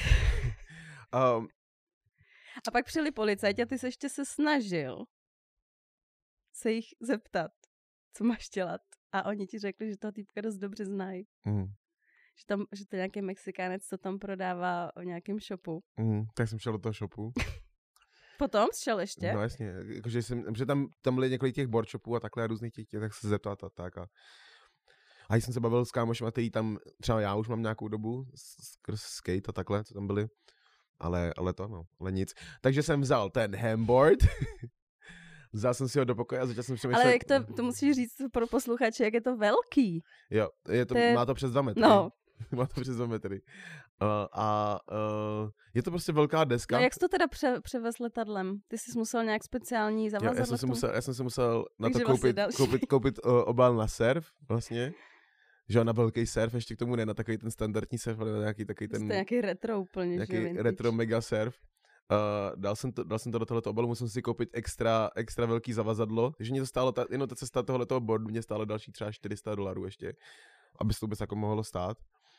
A pak přijeli policajti a ty se ještě snažil se jich zeptat, co máš dělat. A oni ti řekli, že toho týpka dost dobře znají. Že to je nějaký Mexikánec, co tam prodává v nějakém shopu. Tak jsem šel do toho shopu. Potom jsi šel ještě? No jasně, jakože že tam byly několik těch board shopů a takhle různých těch, tak se zeptat a tak. A jsem se bavil s kámošem, který tam, třeba já už mám nějakou dobu, skrz skate a takhle, co tam byli, ale nic. Takže jsem vzal ten handboard, vzal jsem si ho do pokoje a začal jsem přemýšlet. Ale jak to musíš říct pro posluchače, jak je to velký. Jo, má to přes 2 metry. No. Má to přes 2 metry. Je to prostě velká deska. No jak jsi to teda převez letadlem? Ty jsi musel nějak speciální zavazadlo? Já jsem se musel na to koupit obal na surf vlastně. Že na velký surf, ještě k tomu ne na takový ten standardní surf, ale na nějaký takový ten... Nějaký retro úplně, nějaký že retro mega surf. Dal jsem to do tohoto obalu, musel si koupit extra velký zavazadlo, takže mě to stálo, jenom ta cesta tohoto boardu mě stálo další třeba $400 ještě, aby se to vůbec jako mohlo stát.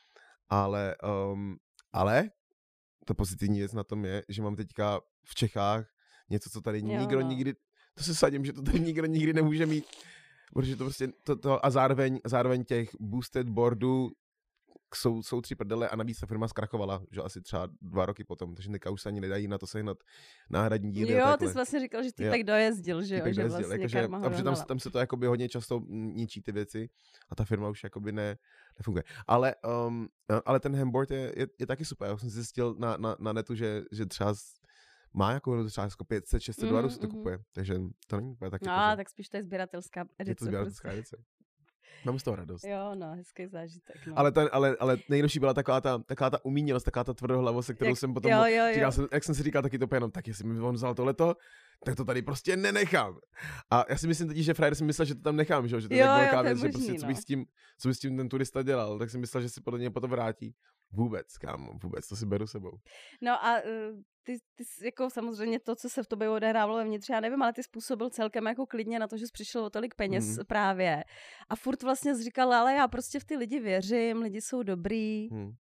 Ale to pozitivní věc na tom je, že mám teďka v Čechách něco, co tady nikdo nikdy, to se sadím, že to tady nikdo nikdy nemůže mít, protože to prostě, a zároveň těch boosted boardů jsou 3 prdele a navíc ta firma zkrachovala, že asi třeba 2 roky potom, takže teďka už se ani nedají na to sehnat náhradní díly. Jo, ty jsi vlastně říkal, že týpek dojezdil, že jo, že vlastně jakože, a protože tam se to jakoby hodně často ničí ty věci a ta firma už jakoby nefunguje. Ale ten handboard je taky super, já jsem zjistil na netu, že třeba má jako třeba $500-600 se to kupuje, takže to není úplně taky. No, tak spíš to je sběratelská edice. Je to sběratelská edice. Mám z toho radost. Jo, no, hezký zážitek. No. Ale nejlepší byla taková ta umínělost, taková ta tvrdohlavost, se kterou jsem potom říkal, jak jsem si říkal taky to jenom, tak jestli mi on vzal tohleto, tak to tady prostě nenechám. A já si myslím totiž, že frajer si myslel, že to tam nechám, že to je tak velká věc, že prostě co bych s tím ten turista dělal, tak si myslel, že si podle něj potom vrátí. Vůbec, kámo, vůbec, to si beru sebou. No a ty jako samozřejmě to, co se v tobě odehrávalo vevnitř, já nevím, ale ty způsobil celkem jako klidně na to, že jsi přišel o tolik peněz právě. A furt vlastně jsi říkal, ale já prostě v ty lidi věřím, lidi jsou dobrý.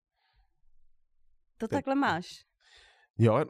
To takhle máš. Jo,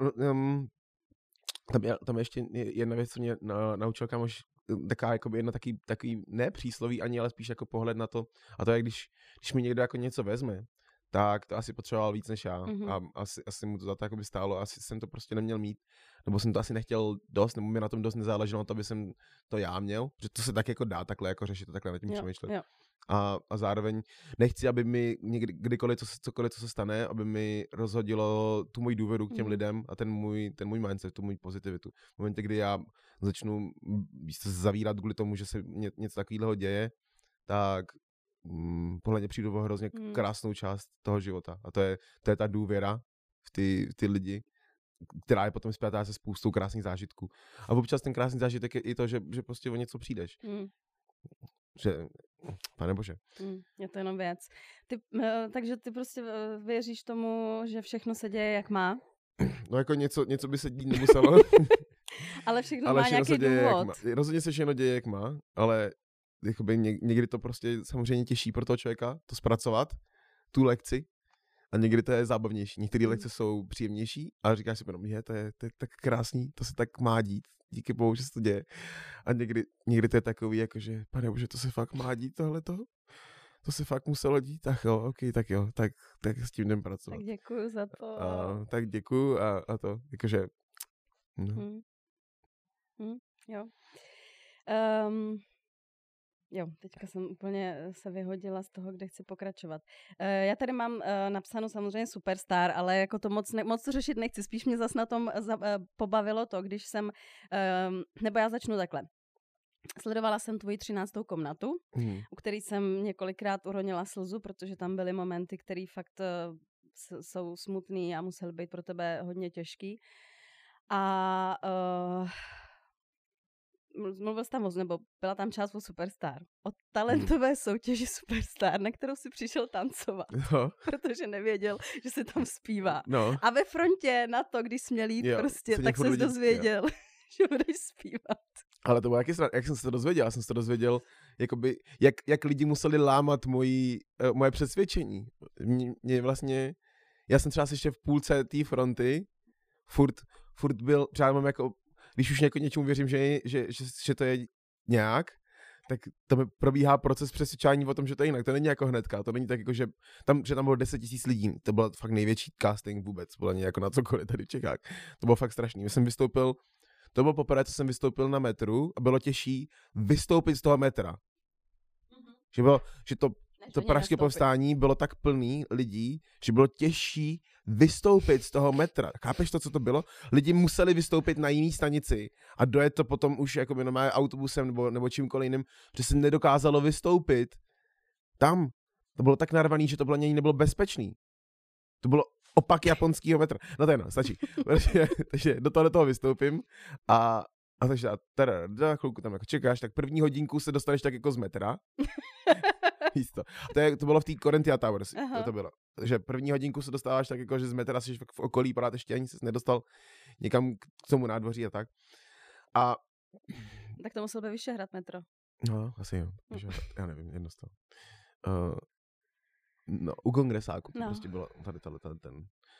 tam ještě jedna věc, co mě naučil kámoš, taková jako jedna takový ne přísloví ani, ale spíš jako pohled na to. A to je, když mi někdo jako něco vezme, tak to asi potřeboval víc než já. A asi mu to za to jako by stálo. Asi jsem to prostě neměl mít. Nebo jsem to asi nechtěl dost, nebo mi na tom dost nezáleželo na to, aby jsem to já měl. Že to se tak jako dá takhle jako řešit, takhle nad tím přemýšlet. Jo. A zároveň nechci, aby mi kdykoliv cokoliv, co se stane, aby mi rozhodilo tu moji důvěru k těm lidem a ten můj mindset, tu můj pozitivitu. V momentě, kdy já začnu se zavírat kvůli tomu, že se něco takového děje, tak podle mě přijdu o hrozně krásnou část toho života. A to je ta důvěra v ty lidi, která je potom spjatá se spoustou krásných zážitků. A občas ten krásný zážitek je i to, že prostě o něco přijdeš. Že, pane bože. Je to jenom věc. Takže ty prostě věříš tomu, že všechno se děje, jak má? No jako něco by se dít nemuselo. Ale všechno má nějaký důvod. Rozhodně se všechno děje, jak má, ale jakoby někdy to prostě samozřejmě těžší pro toho člověka to zpracovat, tu lekci, a někdy to je zábavnější. Některé lekce jsou příjemnější, ale říkáš si jenom, to je tak krásný, to se tak má dít, díky bohu, že se to děje. A někdy to je takový, jakože, pane bože, to se fakt má dít tohleto? To se fakt muselo dít? Tak jo, ok, tak jo, tak s tím jdem pracovat. Tak děkuju za to. Tak děkuju a to, jakože, no. Jo. Jo, teďka jsem úplně se vyhodila z toho, kde chci pokračovat. Já tady mám napsáno samozřejmě Superstar, ale jako to moc to řešit nechci. Spíš mě zas na tom pobavilo to, když jsem, nebo já začnu takhle. Sledovala jsem tvoji 13. komnatu, u který jsem několikrát uronila slzu, protože tam byly momenty, které fakt jsou smutný a musely být pro tebe hodně těžký. A mluvil jsi tam nebo byla tam část o Superstar. O talentové soutěži Superstar, na kterou si přišel tancovat. No. Protože nevěděl, že se tam zpívá. No. A ve frontě na to, když jsi měl jít prostě, tak ses dozvěděl, že budeš zpívat. Ale to bylo jak jsem se to dozvěděl. Já jsem se to dozvěděl, jakoby, jak lidi museli lámat moje přesvědčení. Mě vlastně, já jsem třeba ještě v půlce té fronty, furt byl, třeba mám jako, když už něčemu věřím, že to je nějak, tak to probíhá proces přesvědčání o tom, že to je jinak. To není jako hnedka, to není tak jako, že tam bylo 10 000 lidí. To byl fakt největší casting vůbec, bylo jako na cokoliv tady v Čechách. To bylo fakt strašný. To bylo poprvé, co jsem vystoupil na metru a bylo těžší vystoupit z toho metra. Že to pražské povstání bylo tak plný lidí, že bylo těžší vystoupit z toho metra. Chápeš to, co to bylo? Lidi museli vystoupit na jiný stanici a dojet to potom už jako normálně autobusem nebo čímkoliv jiným, že se nedokázalo vystoupit tam. To bylo tak narvaný, že to bylo ani nebylo bezpečný. To bylo opak japonského metra. No to je stačí. Takže do toho vystoupím a takže teda chvilku tam jako čekáš, tak první hodinku se dostaneš tak jako z metra. Místo. To bylo v té Corinthia Towers. To bylo. Takže první hodinku se dostáváš tak jako, že z metra jsi v okolí, pořád ještě ani ses nedostal někam k tomu nádvoří a tak. A tak to musel by Vyšehrad metro. No, asi jo. Já nevím, jedno z toho. No, u Kongresáku to prostě bylo tady ten.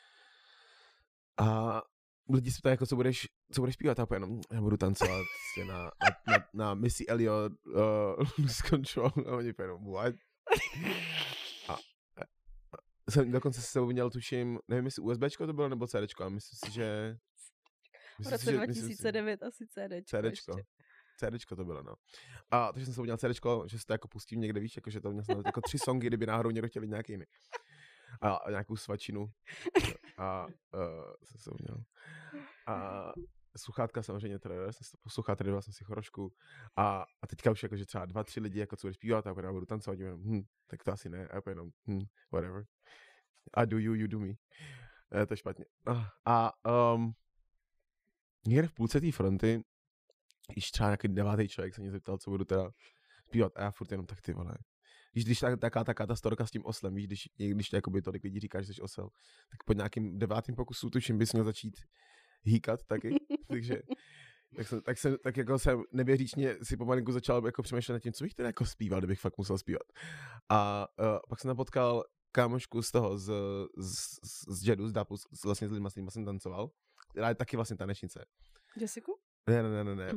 A lidi se ptají, jako co budeš zpívat, a jenom já budu tancovat na Missy Elliott Lose Control, a oni jenom what? A jsem dokonce se sebou měl, tuším, nevím, jestli USBčko to bylo, nebo CDčko, a myslím si, že v roce 2009 asi CDčko. CDčko to bylo, no. A takže jsem se udělal CDčko, že si to jako pustím někde, víš, jako, že to měl jako 3 songy, kdyby náhodou někdo chtěl nějaký jiný. A nějakou svačinu. A jsem se udělal. sluchátka samozřejmě, sluchátka, dával jsem si chorošku a teďka už jakože třeba 2-3 lidi jako co bude zpívat a já budu tancovat, tak to asi ne, a jenom, whatever. I do you do me. To je špatně. A někde v půlce té fronty, když třeba nějaký 9. člověk se mě zeptal, co budu teda zpívat a já furt jenom tak ty vole. Když taká ta storka s tím oslem, víš, když jakoby tolik lidí říká, že jsi osel, tak po nějakým 9. pokusu tuším bys měl začít hýkat taky, takže tak jako jsem nevěříčně si pomalinku začal jako přemýšlet nad tím, co bych teda jako zpíval, kdybych fakt musel zpívat. A pak jsem tam potkal kámošku z toho, z Jedu, z Dapu, vlastně s lidma, s nimi jsem tancoval, která je taky vlastně tanečnice. Jessiku? Ne. Ne.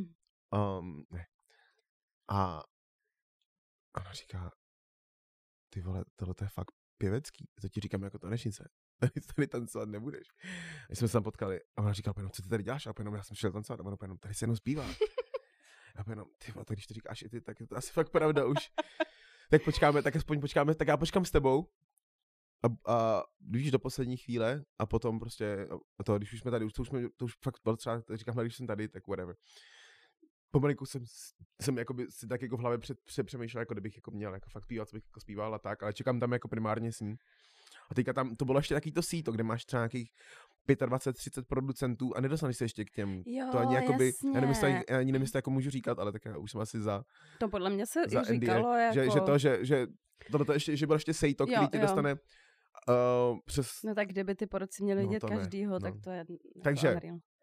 A ona říká, ty vole, tohle je fakt pěvecký, to ti říkám jako tanečnice. Tady tancovat nebudeš. A jsme se tam potkali a ona říkala, co ty tady děláš? A já jsem šel tancovat a ona tady se jenom zpívá. A jenom, ty vole, tak když to říkáš i ty, tak je to asi fakt pravda už. Tak počkáme, tak já počkám s tebou a víš do poslední chvíle a potom prostě to, když už jsme tady, to už fakt bylo třeba, říkám, když jsem tady, tak whatever. Pomalinku jsem jakoby si tak jako v hlavě přemýšlel, jako kdybych jako měl jako fakt zpívat, co bych jako zpíval a tak, ale čekám tam jako primárně s ní. A teďka tam, to bylo ještě takový to síto, kde máš třeba nějakých 25-30 producentů a nedostaneš se ještě k těm. Jo, to ani jakoby, jasně. Já ani nevím, jestli jako můžu říkat, ale tak já už jsem asi za. To podle mě se za i říkalo jako. Že tohle ještě, že byl ještě sejto, který ti dostane přes. No tak kdyby ty porodci měli vidět každýho, tak to je. Takže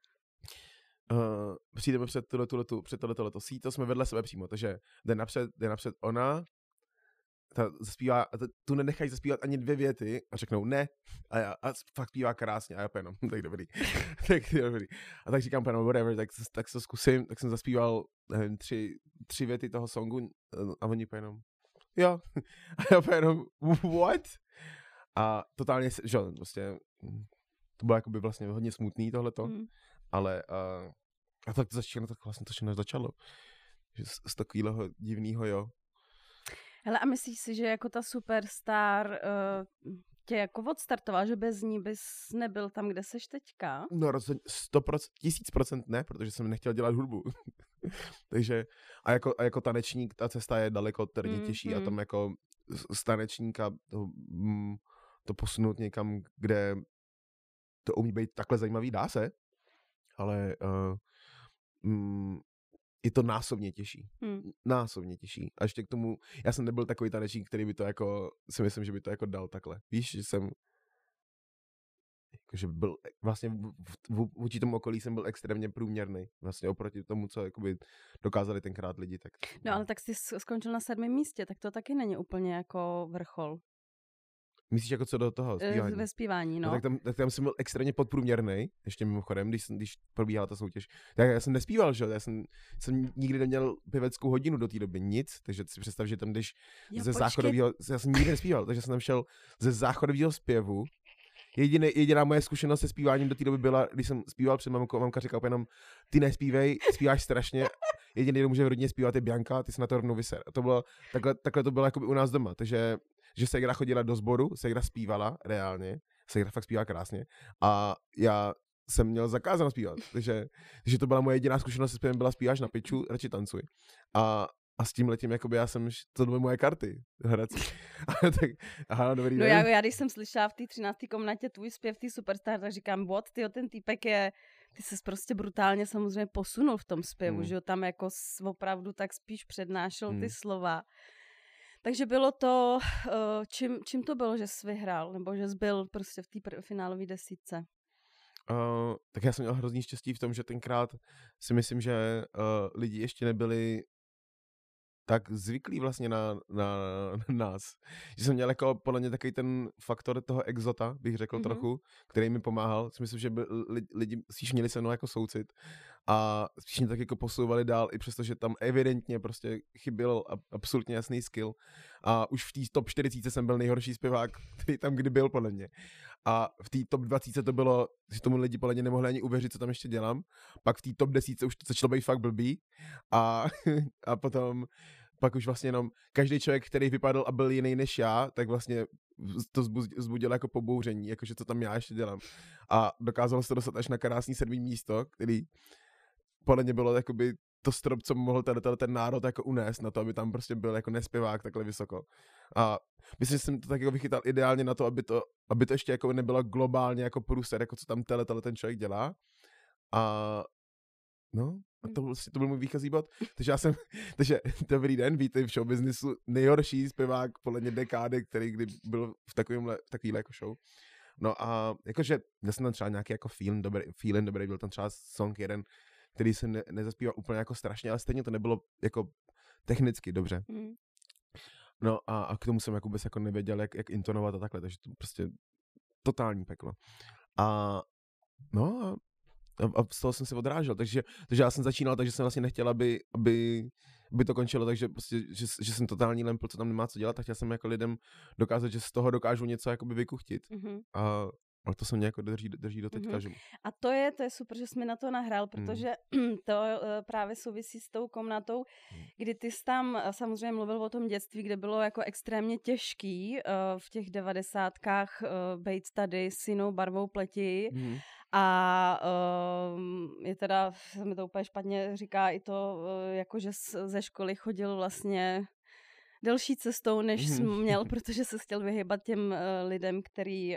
přijdeme před tohleto síto, jsme vedle sebe přímo, takže jde napřed ona, ta zaspívá, tu nenechají zaspívat ani 2 věty a řeknou ne a fakt zpívá krásně a já jenom, tak dobrý. A tak říkám, whatever, tak to zkusím, tak jsem zaspíval, nevím, 3 věty toho songu a oni jenom, jo, a já jenom, what? A totálně, že vlastně, to bylo jakoby vlastně hodně smutný tohleto, ale a tak to začalo, tak vlastně to všechno začalo. Že z takového divného, jo. Hele, a myslíš si, že jako ta superstar tě jako odstartoval, že bez ní bys nebyl tam, kde seš teďka? No rozhodně 1000% ne, protože jsem nechtěl dělat hudbu. Takže a jako tanečník ta cesta je daleko těžší a tam jako z tanečníka to posunout někam, kde to umí být takhle zajímavý, dá se, ale je to násobně těžší. Násobně těžší. A ještě k tomu, já jsem nebyl takový tanečník, který by to jako, si myslím, že by to jako dal takhle. Víš, že jsem jakože byl vlastně vůči tomu okolí jsem byl extrémně průměrný. Vlastně oproti tomu, co jakoby dokázali tenkrát lidi. Tak. No ale tak jsi skončil na 7. místě, tak to taky není úplně jako vrchol. Myslíš jako co do toho zpívání? Ve zpívání, no. Tak tam jsem byl extrémně podprůměrný, ještě mimochodem, když probíhala ta soutěž. Tak já jsem nespíval, že? Já jsem nikdy neměl pěveckou hodinu do té doby, nic, takže si představ, že tam jdeš ze záchodového, já jsem nikdy nespíval, takže jsem tam šel ze záchodového zpěvu. Jediná moje zkušenost se zpíváním do té doby byla, když jsem zpíval před mamkou, mamka říkala jenom, ty nespívej, zpíváš strašně, jediný, kdo může v rodině zpívat je Bianka, ty se na to rovnou vyser. A to bylo, takhle to bylo jakoby u nás doma, takže že Segra chodila do sboru, Segra zpívala reálně, Segra fakt zpívá krásně a já jsem měl zakázáno zpívat, takže to byla moje jediná zkušenost se zpěvem, byla zpíváš na piču, radši tancuj. A s tím letím, jakoby já jsem, to byly moje karty hrací. Tak, aha, dobrý den. No já když jsem slyšela v té 13. komnatě tvůj zpěv, ty Superstar, tak říkám, ten týpek je, ty ses prostě brutálně samozřejmě posunul v tom zpěvu, že jo, tam jako opravdu tak spíš přednášel ty slova. Takže bylo to, čím to bylo, že jsi vyhrál, nebo že jsi byl prostě v té finálové desítce? Tak já jsem měl hrozný štěstí v tom, že tenkrát si myslím, že lidi ještě nebyli tak zvyklí vlastně na nás. Že jsem měl jako podle mě takový ten faktor toho exota, bych řekl trochu, který mi pomáhal. Myslím, že lidi spíš měli se mnou jako soucit a spíš mě tak jako posouvali dál, i přesto, že tam evidentně prostě chyběl absolutně jasný skill. A už v té top 40 jsem byl nejhorší zpěvák, který tam kdy byl podle mě. A v té top 20 to bylo, že tomu lidi podle mě nemohli ani uvěřit, co tam ještě dělám. Pak v té top 10 už to začalo být fakt blbý. A potom pak už vlastně jenom každý člověk, který vypadl a byl jiný než já, tak vlastně to vzbudilo jako pobouření, jakože co tam já ještě dělám. A dokázalo se to dostat až na krásný 7. místo, který podle mě bylo jakoby to strop, co mohl ten národ jako unést na to, aby tam prostě byl jako nespěvák takhle vysoko. A myslím, že jsem to tak jako vychytal ideálně na to, aby to ještě jako nebylo globálně jako průser, jako co tam ten člověk dělá. A no, a to byl můj výchozí bod. Takže dobrý den, vítej v showbiznisu, nejhorší zpěvák podle mě dekády, který kdy byl v takovýmhle jako show. No a jakože měl jsem tam třeba nějaký jako feeling dobrý, byl tam třeba song jeden, který se nezaspíval úplně jako strašně, ale stejně to nebylo jako technicky dobře. No a k tomu jsem jako vůbec jako nevěděl, jak intonovat a takhle, takže to prostě totální peklo. A no a z toho jsem se odrážel, takže já jsem začínal, takže jsem vlastně nechtěl, aby to končilo, takže prostě, že jsem totální lempl, co tam nemá co dělat, tak chtěl jsem jako lidem dokázat, že z toho dokážu něco jakoby vykuchtit. A to se mě jako drží do teďka. Že... A to je super, že jsi mi na to nahrál, protože to právě souvisí s tou komnatou, kdy ty jsi tam samozřejmě mluvil o tom dětství, kde bylo jako extrémně těžký v těch 90kách bejt tady s jinou barvou pleti. A je teda, se mi to úplně špatně říká i to, jako že ze školy chodil vlastně delší cestou, než jsi měl, protože se chtěl vyhybat těm lidem, který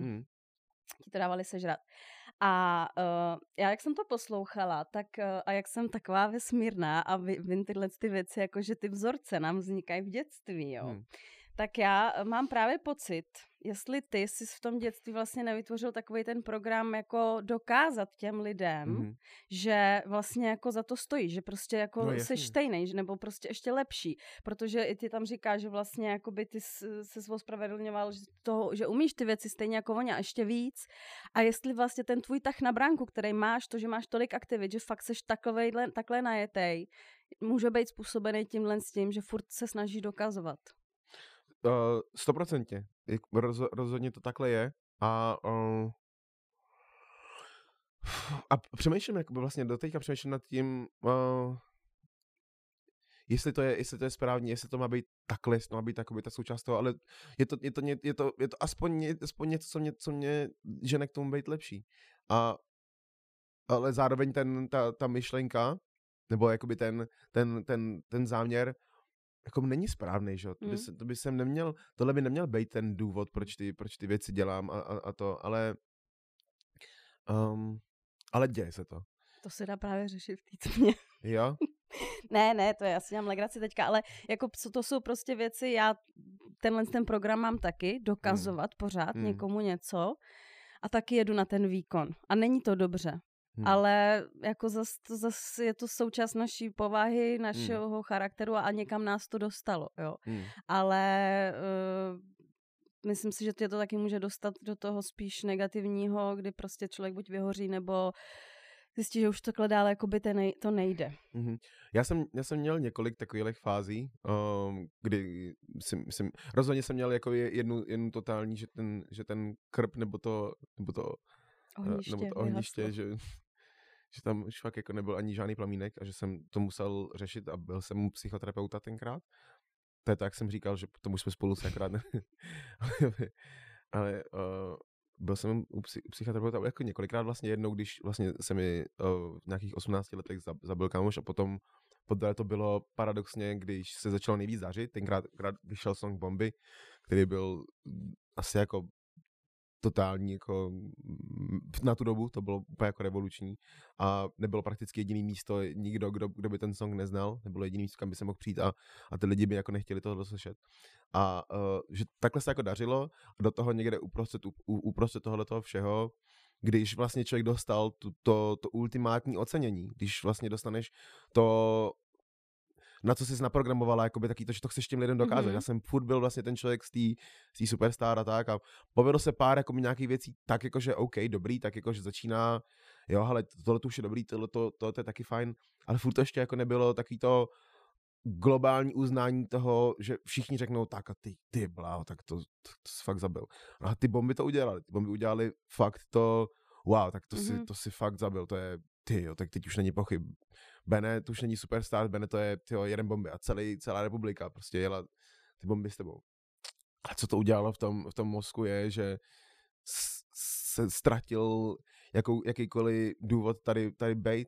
ti to dávali sežrat. A já, jak jsem to poslouchala, tak a jak jsem taková vesmírná a vím tyhle ty věci, jako že ty vzorce nám vznikají v dětství, jo. Tak já mám právě pocit, jestli ty jsi v tom dětství vlastně nevytvořil takový ten program jako dokázat těm lidem, že vlastně jako za to stojí, že prostě jako jsi stejnej, nebo prostě ještě lepší, protože i ty tam říkáš, že vlastně jakoby ty se ospravedlňoval, že umíš ty věci stejně jako oni a ještě víc, a jestli vlastně ten tvůj tah na bránku, který máš, to, že máš tolik aktivit, že fakt seš takhle najetej, může být způsobený tímhle s tím, že furt se snažíš dokazovat. 100%. Rozhodně to takhle je. A přemýšlím, jakoby vlastně doteďka přemýšlím nad tím, jestli to je správně, jestli to má být takhle, jestli to má být takový ta součást toho, ale je to aspoň něco, co mě žene k tomu být lepší. Ale zároveň ta myšlenka, nebo jakoby ten záměr, jako není správný, že? Tohle by neměl být ten důvod, proč ty věci dělám a to, ale děje se to. To se dá právě řešit v té tmě. Jo? Ne, to je, já si dělám legraci teďka, ale jako to jsou prostě věci, já ten program mám taky, dokazovat pořád někomu něco a taky jedu na ten výkon. A není to dobře. Ale jako zas je to součást naší povahy, našeho charakteru a někam nás to dostalo, jo. Ale myslím si, že tě to taky může dostat do toho spíš negativního, kdy prostě člověk buď vyhoří, nebo zjistí, že už takhle dále jakoby to nejde. Já jsem měl několik takových fází, kdy rozhodně jsem měl jako jednu totální, že ten krb nebo to ohniště, že tam už fakt jako nebyl ani žádný plamínek a že jsem to musel řešit a byl jsem u psychoterapeuta tenkrát. To je to, jak jsem říkal, že tomu jsme spolu sekrát. Ale byl jsem u psychoterapeuta jako několikrát vlastně jednou, když vlastně se mi v nějakých 18 letech zabil kámoš a potom to bylo paradoxně, když se začalo nejvíc dařit, tenkrát vyšel song Bomby, který byl asi jako totální, jako na tu dobu, to bylo úplně jako revoluční a nebylo prakticky jediný místo, nikdo, kdo by ten song neznal, nebylo jediný místo, kam by se mohl přijít a ty lidi by jako nechtěli toho slyšet. A že takhle se jako dařilo a do toho někde uprostřed tohoto všeho, když vlastně člověk dostal to ultimátní ocenění, když vlastně dostaneš to, na co jsi naprogramovala, jakoby taky to, že to chceš těm lidem dokázat. Já jsem furt byl vlastně ten člověk z té superstar a tak a povedlo se pár jako nějakých věcí tak jakože OK, dobrý, tak jakože začíná, jo, ale tohle už je dobrý, tohle je taky fajn, ale furt to ještě jako nebylo takový to globální uznání toho, že všichni řeknou tak a ty bláho, tak to fakt zabil. A ty bomby to udělali. Ty bomby udělali fakt to, wow, tak to si fakt zabil, to je, tak teď už není pochyb. Bene, to už není superstar, Bene to je jeden bomby a celá republika prostě jela ty bomby s tebou. Ale co to udělalo v tom mozku je, že se ztratil jakýkoliv důvod tady bejt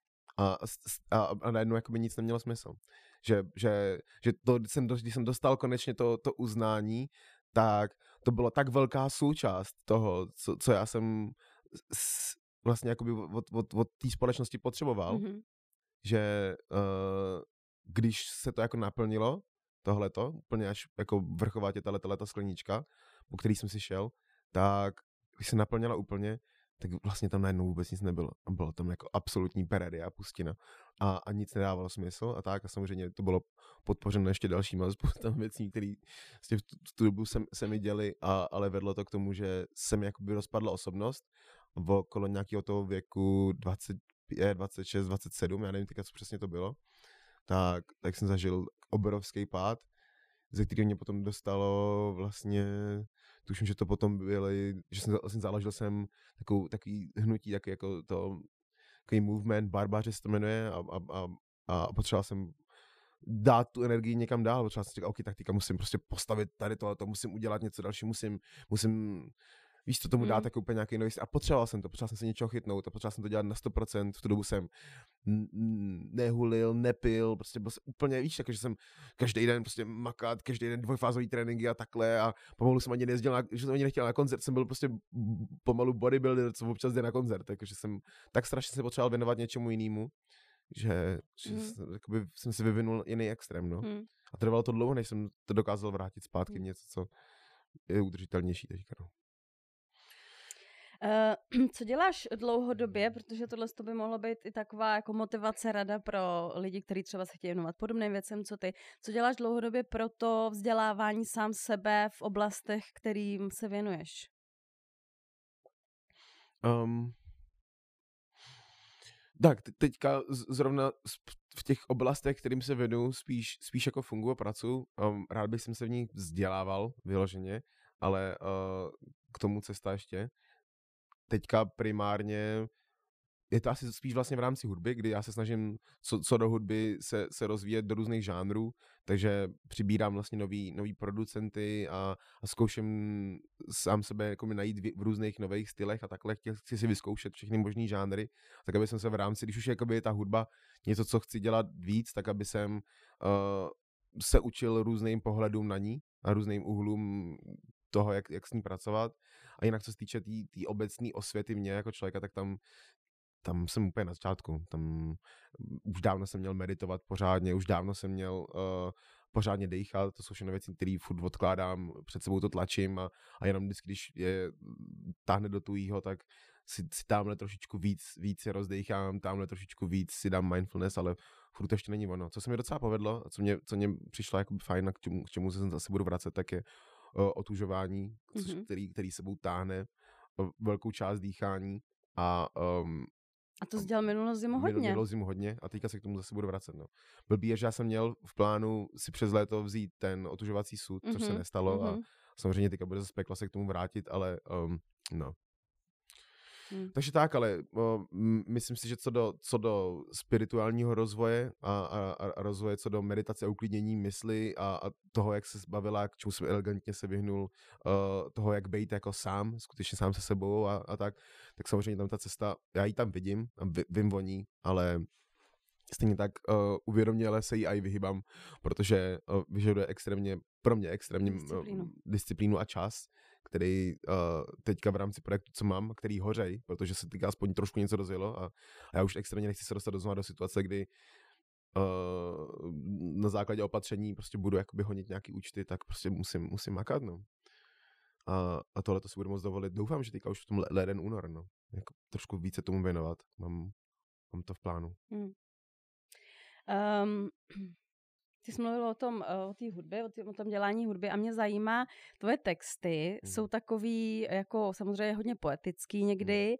a najednou jakoby nic nemělo smysl. Že to, když jsem dostal konečně to uznání, tak to byla tak velká součást toho, co já jsem vlastně jakoby od té společnosti potřeboval, že když se to jako naplnilo, tohleto, úplně až jako vrchovatě tato sklenička, po který jsem si šel, tak když se naplnila úplně, tak vlastně tam najednou vůbec nic nebylo. A bylo tam jako absolutní peredia, pustina. A nic nedávalo smysl a tak. A samozřejmě to bylo podpořeno ještě dalšíma spoustem věcí, které vlastně v tu dobu se mi děly, ale vedlo to k tomu, že se mi jakoby rozpadla osobnost okolo nějakého toho věku 25, 26, 27, já nevím teďka, co přesně to bylo. Tak jsem zažil obrovský pád, ze kterého mě potom dostalo vlastně, tuším, že to potom byly, že jsem vlastně založil jsem takový hnutí, takový movement, Barbaři se to jmenuje a potřeboval jsem dát tu energii někam dál, potřeboval jsem říkat, ok, tak teďka musím prostě postavit tady tohleto, musím udělat něco dalšího, musím víš, co tomu dát jako úplně nějaký nový, a potřeboval jsem se něčeho chytnout a potřeboval jsem to dělat na 100%, v tu dobu jsem nehulil, nepil, prostě byl jsem úplně, víš, takže jsem každý den prostě makat, každý den dvojfázový tréninky a takhle a pomalu jsem ani nejezdil, že jsem ani nechtěl na koncert, jsem byl prostě pomalu bodybuilder, co občas jde na koncert, takže jsem tak strašně se potřeboval věnovat něčemu jinému, že jsem si vyvinul jiný extrém, no. A trvalo to dlouho, než jsem to dokázal vrátit zpátky něco, co je udržitelnější teďka, no. Co děláš dlouhodobě, protože tohle by mohlo být i taková jako motivace, rada pro lidi, kteří třeba se chtějí věnovat podobným věcem, co ty. Co děláš dlouhodobě pro to vzdělávání sám sebe v oblastech, kterým se věnuješ? Tak, teďka zrovna v těch oblastech, kterým se věnuju, spíš jako funguji a pracuji. Rád bych se v nich vzdělával vyloženě, ale k tomu cesta ještě. Teďka primárně je to asi spíš vlastně v rámci hudby, kdy já se snažím co do hudby se rozvíjet do různých žánrů, takže přibírám vlastně nový producenty a zkouším sám sebe jako najít v různých nových stylech a takhle chci si vyzkoušet všechny možný žánry, tak aby jsem se v rámci, když už je ta hudba něco, co chci dělat víc, tak aby jsem se učil různým pohledům na ní a různým úhlům toho, jak s ní pracovat. A jinak, co se týče té obecné osvěty mě jako člověka, tak tam jsem úplně na začátku. Tam už dávno jsem měl meditovat pořádně, už dávno jsem měl pořádně dejchat. To jsou všechno věci, které furt odkládám, před sebou to tlačím a jenom vždycky, když je táhne do tujího, tak si tamhle trošičku víc se rozdejchám, tamhle trošičku víc si dám mindfulness, ale furt to ještě není ono. Co se mi docela povedlo, co mě přišlo jako fajn a k čemu se zase budu vracet, tak je otužování, který sebou táhne velkou část dýchání a to jsi dělal minulou zimu hodně. Minulou zimu hodně a teďka se k tomu zase budu vracet. No. Blbý je, že já jsem měl v plánu si přes léto vzít ten otužovací sud, což se nestalo a samozřejmě teďka bude zase pekla se k tomu vrátit, ale no. Takže tak, ale myslím si, že co do spirituálního rozvoje a rozvoje, co do meditace a uklidnění mysli a toho, jak se zbavila, k čemu jsem elegantně se vyhnul, toho, jak být jako sám, skutečně sám se sebou a tak samozřejmě tam ta cesta, já ji tam vidím a vím o ní, ale stejně tak uvědoměle se jí aj vyhybám, protože vyžaduje pro mě extrémně disciplínu a čas, který teďka v rámci projektu, co mám, který hořej, protože se teďka aspoň trošku něco rozjelo a já už extrémně nechci se dostat do situace, kdy na základě opatření prostě budu jakoby honit nějaký účty, tak prostě musím makat, no. A tohle to si budu moc dovolit. Doufám, že teďka už v tom leden, únor, no. Jako trošku více tomu věnovat. Mám to v plánu. Ty jsi mluvil o té hudbě, o tom dělání hudby a mě zajímá, tvoje texty jsou takový, jako samozřejmě hodně poetický někdy,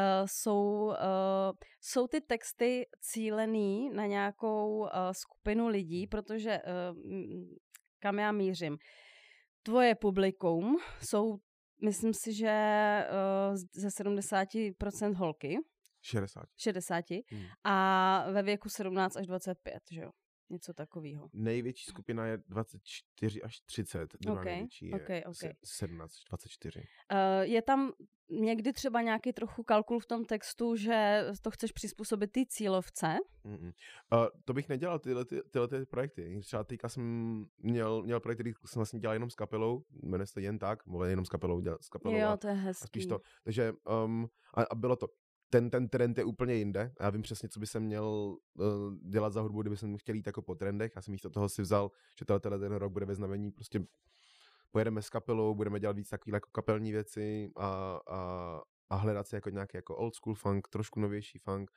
jsou ty texty cílený na nějakou skupinu lidí, protože kam já mířím? Tvoje publikum jsou, myslím si, že ze 70% holky. 60. 60. A ve věku 17 až 25, že jo? něco takového. Největší skupina je 24 až 30, druhá největší je 17 až 24. Je tam někdy třeba nějaký trochu kalkul v tom textu, že to chceš přizpůsobit ty cílovce? To bych nedělal tyhle projekty. Třeba teďka jsem měl projekt, který jsem vlastně dělal jenom s kapelou, jmenuje se to Jen tak, mluvil jenom s kapelou. Jo, to je hezký. Takže a bylo to. Ten trend je úplně jinde. Já vím přesně, co by jsem měl dělat za hudbu, kdyby jsem chtěl jít jako po trendech. Já jsem místo toho si vzal, že ten rok bude ve znamení, prostě pojedeme s kapelou, budeme dělat víc takový jako kapelní věci a hledat si jako nějaký jako old school funk, trošku novější funk,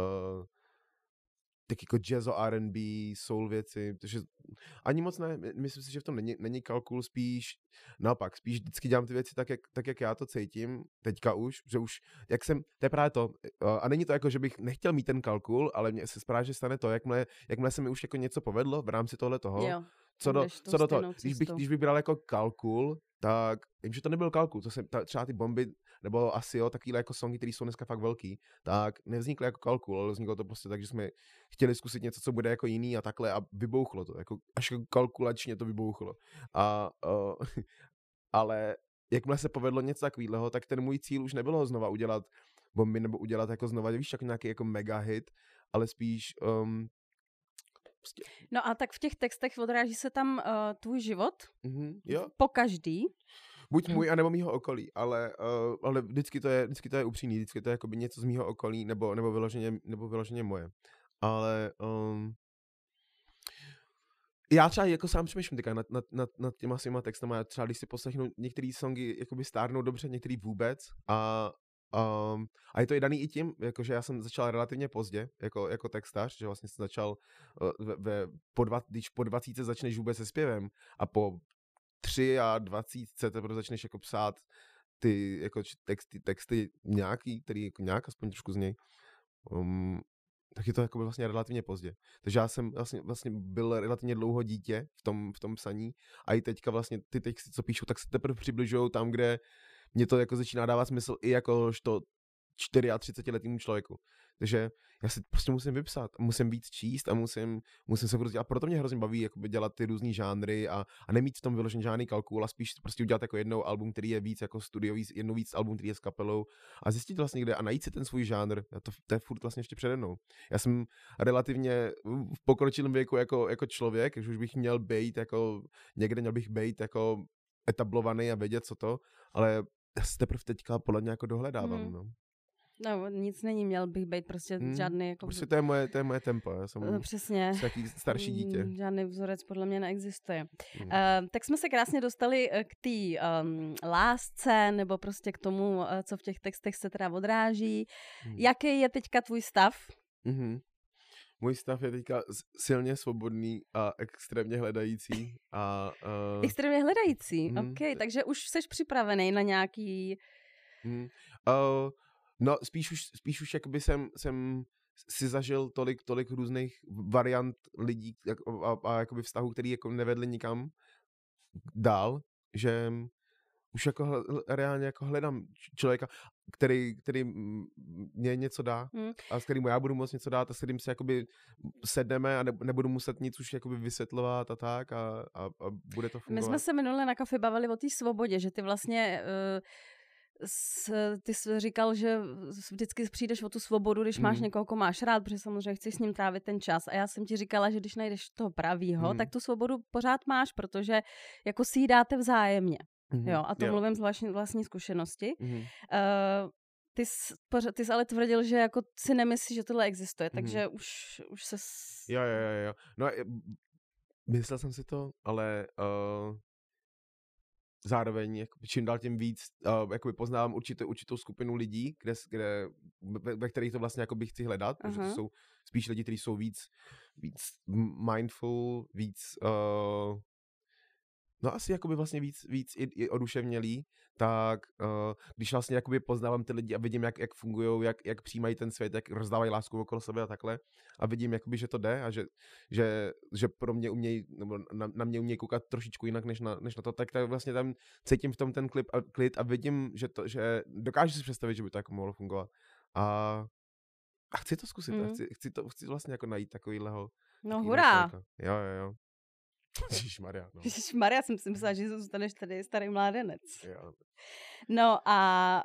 tak jako jazzo, R&B, soul věci, protože ani moc ne, myslím si, že v tom není kalkul, spíš naopak, spíš vždycky dělám ty věci tak, jak já to cítím, teďka už, že už, jak jsem, to je právě to, a není to jako, že bych nechtěl mít ten kalkul, ale mně se právě, že stane to, jakmile se mi už jako něco povedlo v rámci tohle toho, jo, co do toho, když bych bral jako kalkul, tak vím, že to nebyl kalkul, to jsem třeba ty Bomby, nebo asi takovýhle jako songy, které jsou dneska fakt velký, tak nevznikly jako kalkul, ale vzniklo to prostě tak, že jsme chtěli zkusit něco, co bude jako jiný a takhle a vybouchlo to, jako až kalkulačně to vybouchlo. Ale jakmile se povedlo něco takového, tak ten můj cíl už nebylo znova udělat Bomby nebo udělat jako znova, víš, jako nějaký jako mega hit, ale spíš No a tak v těch textech odráží se tam tvůj život? Jo. Po každý? Buď můj, anebo mýho okolí, ale vždycky to je upřímný, vždycky to je jakoby něco z mýho okolí, nebo vyloženě moje. Ale já třeba jako sám přemýšlím teďka nad těma svýma textama, třeba když si poslechnu některé songy jakoby stárnou dobře, některý vůbec a je to i daný i tím, jakože já jsem začal relativně pozdě jako textař, že vlastně jsem začal když po 20 začneš vůbec se zpěvem a po 23 teprve začneš jako psát ty jako texty nějaký, který jako nějak aspoň trošku z něj, tak je to jako vlastně relativně pozdě. Takže já jsem vlastně byl relativně dlouho dítě v tom psaní a i teďka vlastně ty texty, co píšu, tak se teprve přibližují tam, kde mě to jako začíná dávat smysl i jakožto 34letýmu člověku. Takže já si prostě musím vypsat, musím víc číst a musím se prostě, a proto mě hrozně baví jakoby dělat ty různý žánry a nemít v tom vyložený žádný kalkul a spíš prostě udělat jako jednou album, který je víc jako studiový, jednou víc album, který je s kapelou a zjistit vlastně kde a najít si ten svůj žánr. To je furt vlastně ještě přede mnou. Já jsem relativně v pokročilém věku jako člověk, že už bych měl být jako někde jako etablovaný a vědět co to, ale já se teprve teďka podle mě jako dohledávám, no. No, nic není, měl bych být prostě žádný jako... Prostě to je moje tempo, já jsem přesně. Jaký starší dítě. Žádný vzorec podle mě neexistuje. Tak jsme se krásně dostali k té lásce, nebo prostě k tomu, co v těch textech se teda odráží. Jaký je teďka tvůj stav? Můj stav je teďka silně svobodný a extrémně hledající. Extrémně hledající, ok, takže už jsi připravený na nějaký... No, spíš už jakoby jsem si zažil tolik různých variant lidí a jakoby vztahů, který jako nevedli nikam dál, že už jako reálně jako hledám člověka, který mě něco dá a s kterým já budu moct něco dát a s kterým se jakoby sedneme a nebudu muset nic už jakoby vysvětlovat a tak a bude to fungovat. My jsme se minule na kafe bavili o té svobodě, že ty vlastně... Ty jsi říkal, že vždycky přijdeš o tu svobodu, když máš někoho, koho máš rád, protože samozřejmě chceš s ním trávit ten čas. A já jsem ti říkala, že když najdeš toho pravýho, tak tu svobodu pořád máš, protože jako si ji dáte vzájemně. Jo, a to mluvím z vlastní zkušenosti. Ty jsi ale tvrdil, že jako si nemyslíš, že tohle existuje, takže už se... Jo. No, myslel jsem si to, ale... Zároveň jako, čím dál tím víc jakoby poznávám určitou skupinu lidí, ve kterých to vlastně jakoby chci hledat, protože to jsou spíš lidi, kteří jsou víc mindful, víc no asi jakoby vlastně víc i oduševnělí, tak když vlastně jakoby poznávám ty lidi a vidím, jak fungujou, jak přijímají ten svět, jak rozdávají lásku okolo sebe a takhle a vidím, jakoby, že to jde a že pro mě umějí, nebo na mě umějí koukat trošičku jinak než na to, tak vlastně tam cítím v tom ten klid a vidím, že dokážu si představit, že by to jako mohlo fungovat. A chci to zkusit, chci to vlastně jako najít takovýhleho No hurá. Jo. Ježišmarja, no. Ježišmarja, jsem si myslela, že zůstaneš tady starý mládenec. Jo. No a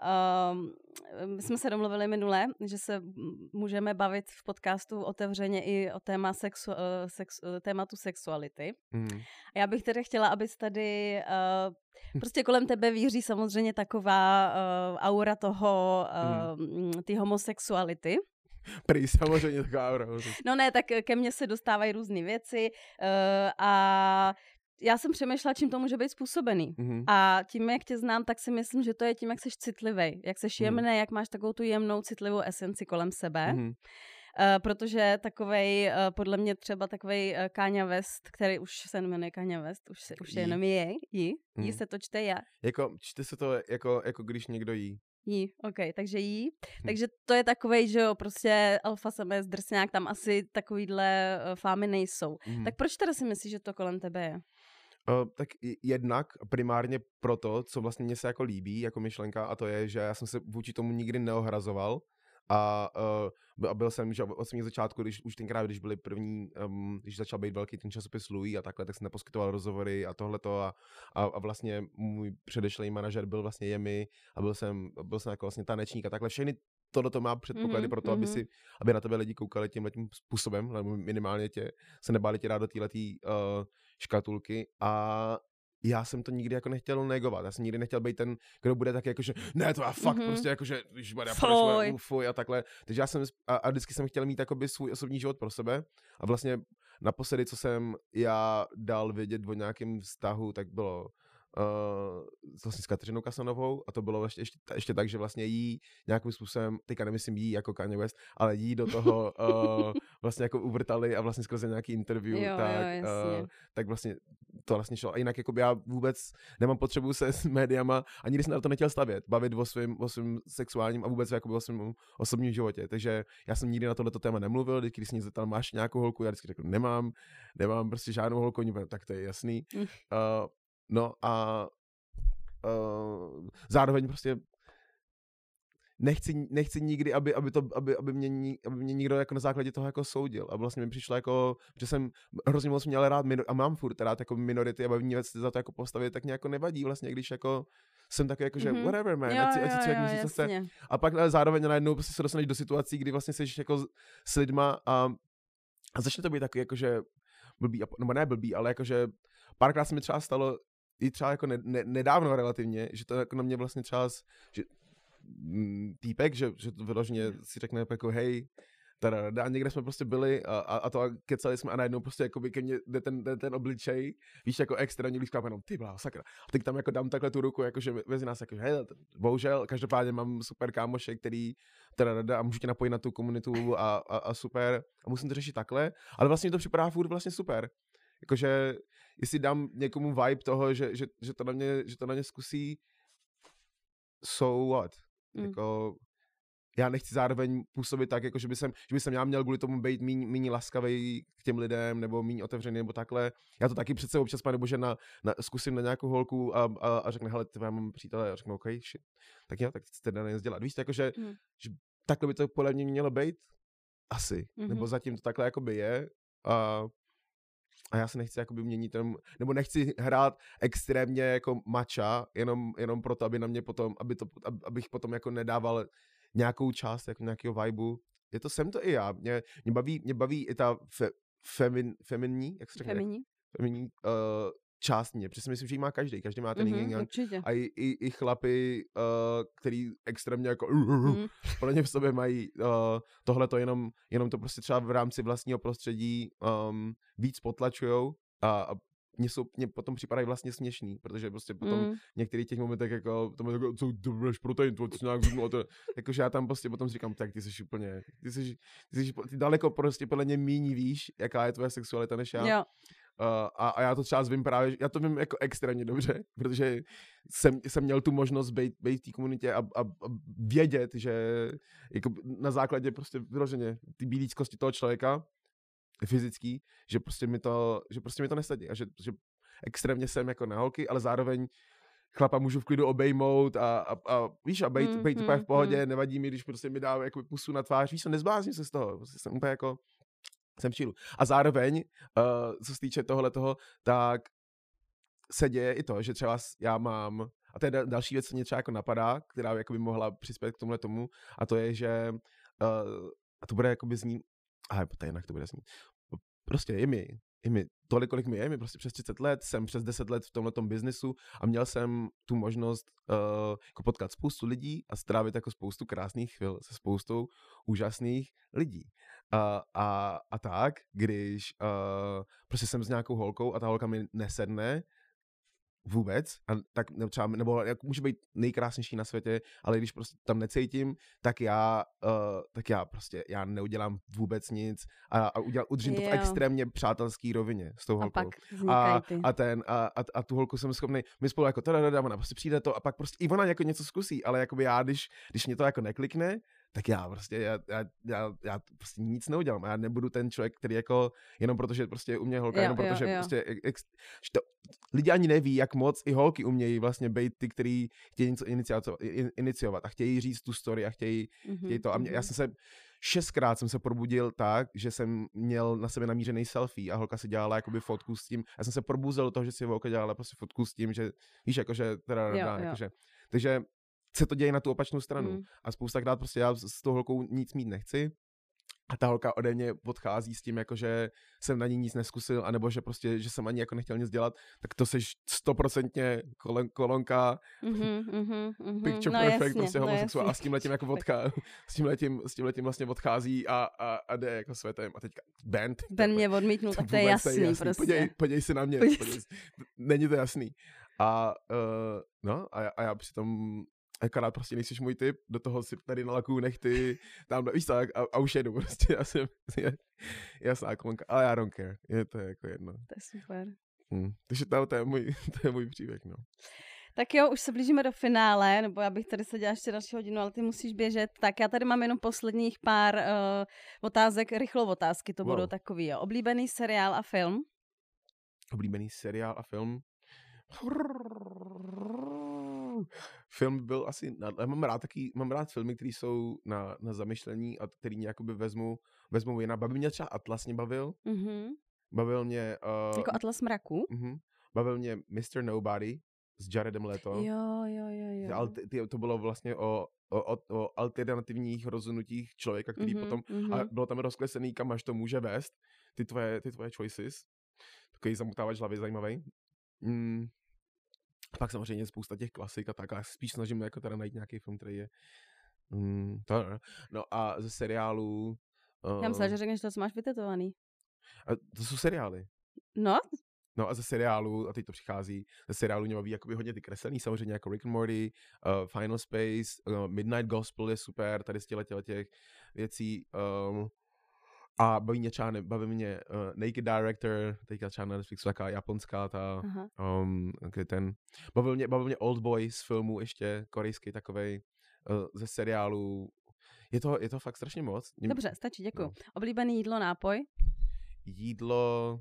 jsme se domluvili minule, že se můžeme bavit v podcastu otevřeně i o tématu sexuality. A já bych tedy chtěla, abys tady prostě kolem tebe víří samozřejmě taková aura toho, ty homosexuality. Prý samozřejmě taková aura. No ne, tak ke mně se dostávají různé věci a já jsem přemýšlela, čím to může být způsobený. A tím, jak tě znám, tak si myslím, že to je tím, jak jsi citlivý, jak jsi jemný, jak máš takovou tu jemnou, citlivou esenci kolem sebe. Protože takovej, podle mě třeba takovej Kanye West, který už se jmenuje Kanye West, už je jenom jí se to čte já. Jako, čte se to jako když někdo jí. Takže jí. Takže to je takovej, že jo, prostě alfa samec, drsňák, tam asi takovýhle fámy nejsou. Tak proč teda si myslíš, že to kolem tebe je? Tak jednak primárně proto, co vlastně mně se jako líbí, jako myšlenka, a to je, že já jsem se vůči tomu nikdy neohrazoval a byl jsem, že od samého začátku, když byly první, když začal být velký ten časopis Louis a takhle, tak jsem neposkytoval rozhovory a tohleto a vlastně můj předešlý manažer byl vlastně jemi a byl jsem jako vlastně tanečník a takhle všechny tohleto má předpoklady pro to, aby na tebe lidi koukali tímhletím způsobem, nebo minimálně se nebáli tě dát do téhletý škatulky a já jsem to nikdy jako nechtěl negovat. Já jsem nikdy nechtěl být ten, kdo bude tak jakože ne, to je fakt prostě jakože fuj a takhle. Takže já jsem a vždycky jsem chtěl mít jakoby svůj osobní život pro sebe a vlastně naposledy, co jsem já dal vědět o nějakém vztahu, tak bylo vlastně s Kateřinou Kasanovou a to bylo ještě tak, že vlastně jí nějakým způsobem, teďka nemyslím jí jako Kanye West, ale jí do toho vlastně jako uvrtali a vlastně skrze nějaký interview, tak vlastně to vlastně šlo. A jinak jako já vůbec nemám potřebu se s médiama, ani když jsem na to nechtěl stavět, bavit o svém sexuálním a vůbec jako o svém osobním životě. Takže já jsem nikdy na tohleto téma nemluvil, když se mě zeptal, máš nějakou holku, já vždycky řekl, nemám prostě žádnou holku, tak to je jasný. No a zároveň prostě nechci nikdy, aby mě nikdo jako na základě toho jako soudil. A vlastně mi přišlo jako, že jsem hrozně moc měl rád a mám furt rád jako minority a baví mě za to jako postavit, tak nějak nevadí vlastně, když jako jsem takový jako, že whatever man, ať si člověk myslí, co chce. A pak zároveň najednou prostě se dostaneš do situací, kdy vlastně jsi jako s lidma a začne to být takový jako, že blbý, nebo ne blbý, ale jako, že párkrát se mi třeba stalo i třeba jako nedávno relativně, že to jako na mě vlastně třeba, že týpek, že to vyloženě si řekne jako hej, a někde jsme prostě byli a to kecali jsme a najednou prostě jako ke mně jde ten obličej, víš, jako extra někdy říkám jenom ty bláho, sakra. A teď tam jako dám takhle tu ruku, jakože mezi nás jako hej, bohužel, každopádně mám super kámoše, který a můžu tě napojit na tu komunitu a super a musím to řešit takhle, ale vlastně to připadá furt vlastně super. Jakože jestli dám někomu vibe toho, že to na mě zkusí, so what? Jako, já nechci zároveň působit tak, jako že by jsem já měl kvůli tomu být méně laskavý k těm lidem, nebo méně otevřený, nebo takhle. Já to taky přece občas, nebo že zkusím na nějakou holku a řekne, hele, já mám přítele, a řeknu, OK, shit. Tak jo, tak chcete na nic dělat. Víš, jakože, že takhle by to podle mě mělo být? Asi. Nebo zatím to takhle jakoby je. A já se nechci jakoby měnit, nebo nechci hrát extrémně jako mača, jenom proto, aby na mě potom, abych potom jako nedával nějakou část jako nějakého vibu. Jsem to i já. Mě baví i ta feminní, jak se řekne? Feminní část mě. Protože myslím, že ji má každý má ten yin yang. A i chlapy, který extrémně jako plně v sobě mají tohleto jenom to prostě třeba v rámci vlastního prostředí víc potlačujou a mě potom připadají vlastně směšný, protože prostě potom v některých těch momentech jako co to budeš protein, to nějak zubnu, jakože já tam prostě potom říkám, tak ty jsi daleko prostě podle mě míní víš, jaká je tvoje sexualita než já. Jo. A já to třeba vím právě, já to vím jako extrémně dobře, protože jsem měl tu možnost být v té komunitě a vědět, že jako na základě prostě vyloženě ty bílíckosti toho člověka fyzický, že prostě mi to nesadí a že extrémně jsem jako na holky, ale zároveň chlapa můžu v klidu obejmout a víš, a být úplně v pohodě, nevadí mi, když prostě mi dá jako pusu na tvář, víš, nezblázním se z toho, prostě jsem úplně jako jsem v chillu. A zároveň, co se týče tohletoho, tak se děje i to, že třeba já mám, a to je další věc, co mě třeba jako napadá, která by mohla přispět k tomuhle tomu, a to je, že a to bude jakoby znít, to jinak to bude znít. Prostě je mi tolik, kolik mi je prostě přes 30 let, jsem přes 10 let v tomhletom biznesu a měl jsem tu možnost jako potkat spoustu lidí a strávit jako spoustu krásných chvil se spoustou úžasných lidí. A tak, když prostě jsem s nějakou holkou a ta holka mi nesedne vůbec, a tak třeba, nebo jak může být nejkrásnější na světě, ale když prostě tam necítím, tak já prostě, já neudělám vůbec nic a udržím to v extrémně přátelský rovině s tou holkou. A tu holku jsem schopný, my spolu jako ona prostě přijde to a pak prostě i ona jako něco zkusí, ale jakoby já, když mě to jako neklikne, tak já prostě, já prostě nic neudělám. Já nebudu ten člověk, který jako, jenom protože prostě u mě holka, jenom protože prostě, lidi ani neví, jak moc i holky umějí vlastně být ty, který chtějí něco iniciovat a chtějí říct tu story a chtějí to. A já jsem se 6krát jsem se probudil tak, že jsem měl na sebe namířený selfie a holka si dělala jakoby fotku s tím. Já jsem se probuzel do toho, že si holka dělala prostě fotku s tím, že víš, jakože jakože. Takže se to děje na tu opačnou stranu. A spoustakrát prostě já s tou holkou nic mít nechci a ta holka ode mě odchází s tím, jako že jsem na ní nic neskusil, anebo že prostě, že jsem ani jako nechtěl nic dělat, tak to seš 100% kolonka picture perfect, prostě homosexuál a s tímhletím jako s tímhletím vlastně odchází a jde jako světem a teďka Ben mě odmítnul, tak to je jasný. Prostě. Podívej si na mě, není to jasný. A já přitom akorát prostě nejsiš můj typ, do toho si tady nalakuju nechty, tam víš tak a už jedu prostě, já jsem jasná klonka, ale já don't care, to je jako jedno. To je super. Takže to je můj příběh, no. Tak jo, už se blížíme do finále, nebo já bych tady seděla ještě další hodinu, ale ty musíš běžet. Tak já tady mám jenom posledních pár otázek, rychlou otázky, to budou takový, jo. Oblíbený seriál a film? Oblíbený seriál a film? Film byl asi, já mám rád filmy, které jsou na zamyšlení a který mě jakoby vezmou jinak. Baví mě třeba Atlas mě bavil. Bavil mě... jako Atlas mraků? Bavil mě Mr. Nobody s Jaredem Leto. Jo. To bylo vlastně o alternativních rozhodnutích člověka, který potom... A bylo tam rozklesený, kam až to může vést. Ty tvoje choices. Takový zamotávač hlavy zajímavý. Pak samozřejmě spousta těch klasik a tak, a spíš snažím jako teda najít nějaký film, který je no a ze seriálu já myslím, že řekneš to, co máš vytetovaný. To jsou seriály. No a ze seriálu, a teď to přichází, ze seriálu mě baví jakoby hodně ty kreslený, samozřejmě jako Rick and Morty, Final Space, Midnight Gospel je super, tady z těch věcí. A baví mě Naked Director, teďka třeba na Netflixu, taká japonská bavil mě Old Boy z filmu ještě, korejský takovej, ze seriálu. Je to fakt strašně moc. Dobře, stačí, děkuju. No. Oblíbený jídlo, nápoj? Jídlo...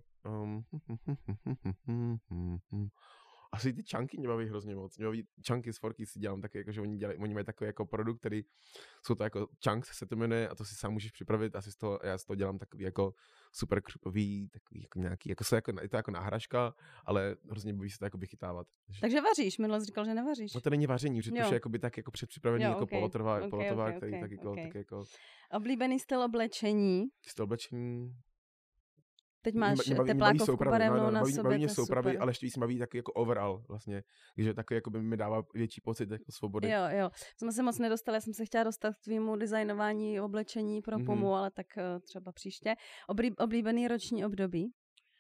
Asi ty chunky mě baví hrozně moc. Mě baví chunky z Forky si dělám taky, jako, že oni mají takový jako produkt, který jsou to jako chunks se to jmenuje a to si sám můžeš připravit. Já z toho dělám takový jako super krupový, takový jako nějaký, jako je to jako náhražka, ale hrozně baví se to jako vychytávat. Takže vaříš, minule jsi říkal, že nevaříš. No to není vaření, že to je jakoby tak jako předpřipravený jako polotovár, který tak jako... Oblíbený styl oblečení? Styl oblečení... Teď máš teplákovku barevnou na sobě, baví mě soupravy, ale ještě víc baví taky jako overall vlastně, takže taky jako by mi dává větší pocit jako svobody. Jo. Jsme se moc nedostali, já jsem se chtěla dostat k tvýmu designování oblečení pro POMu, ale tak třeba příště. Oblíbený roční období?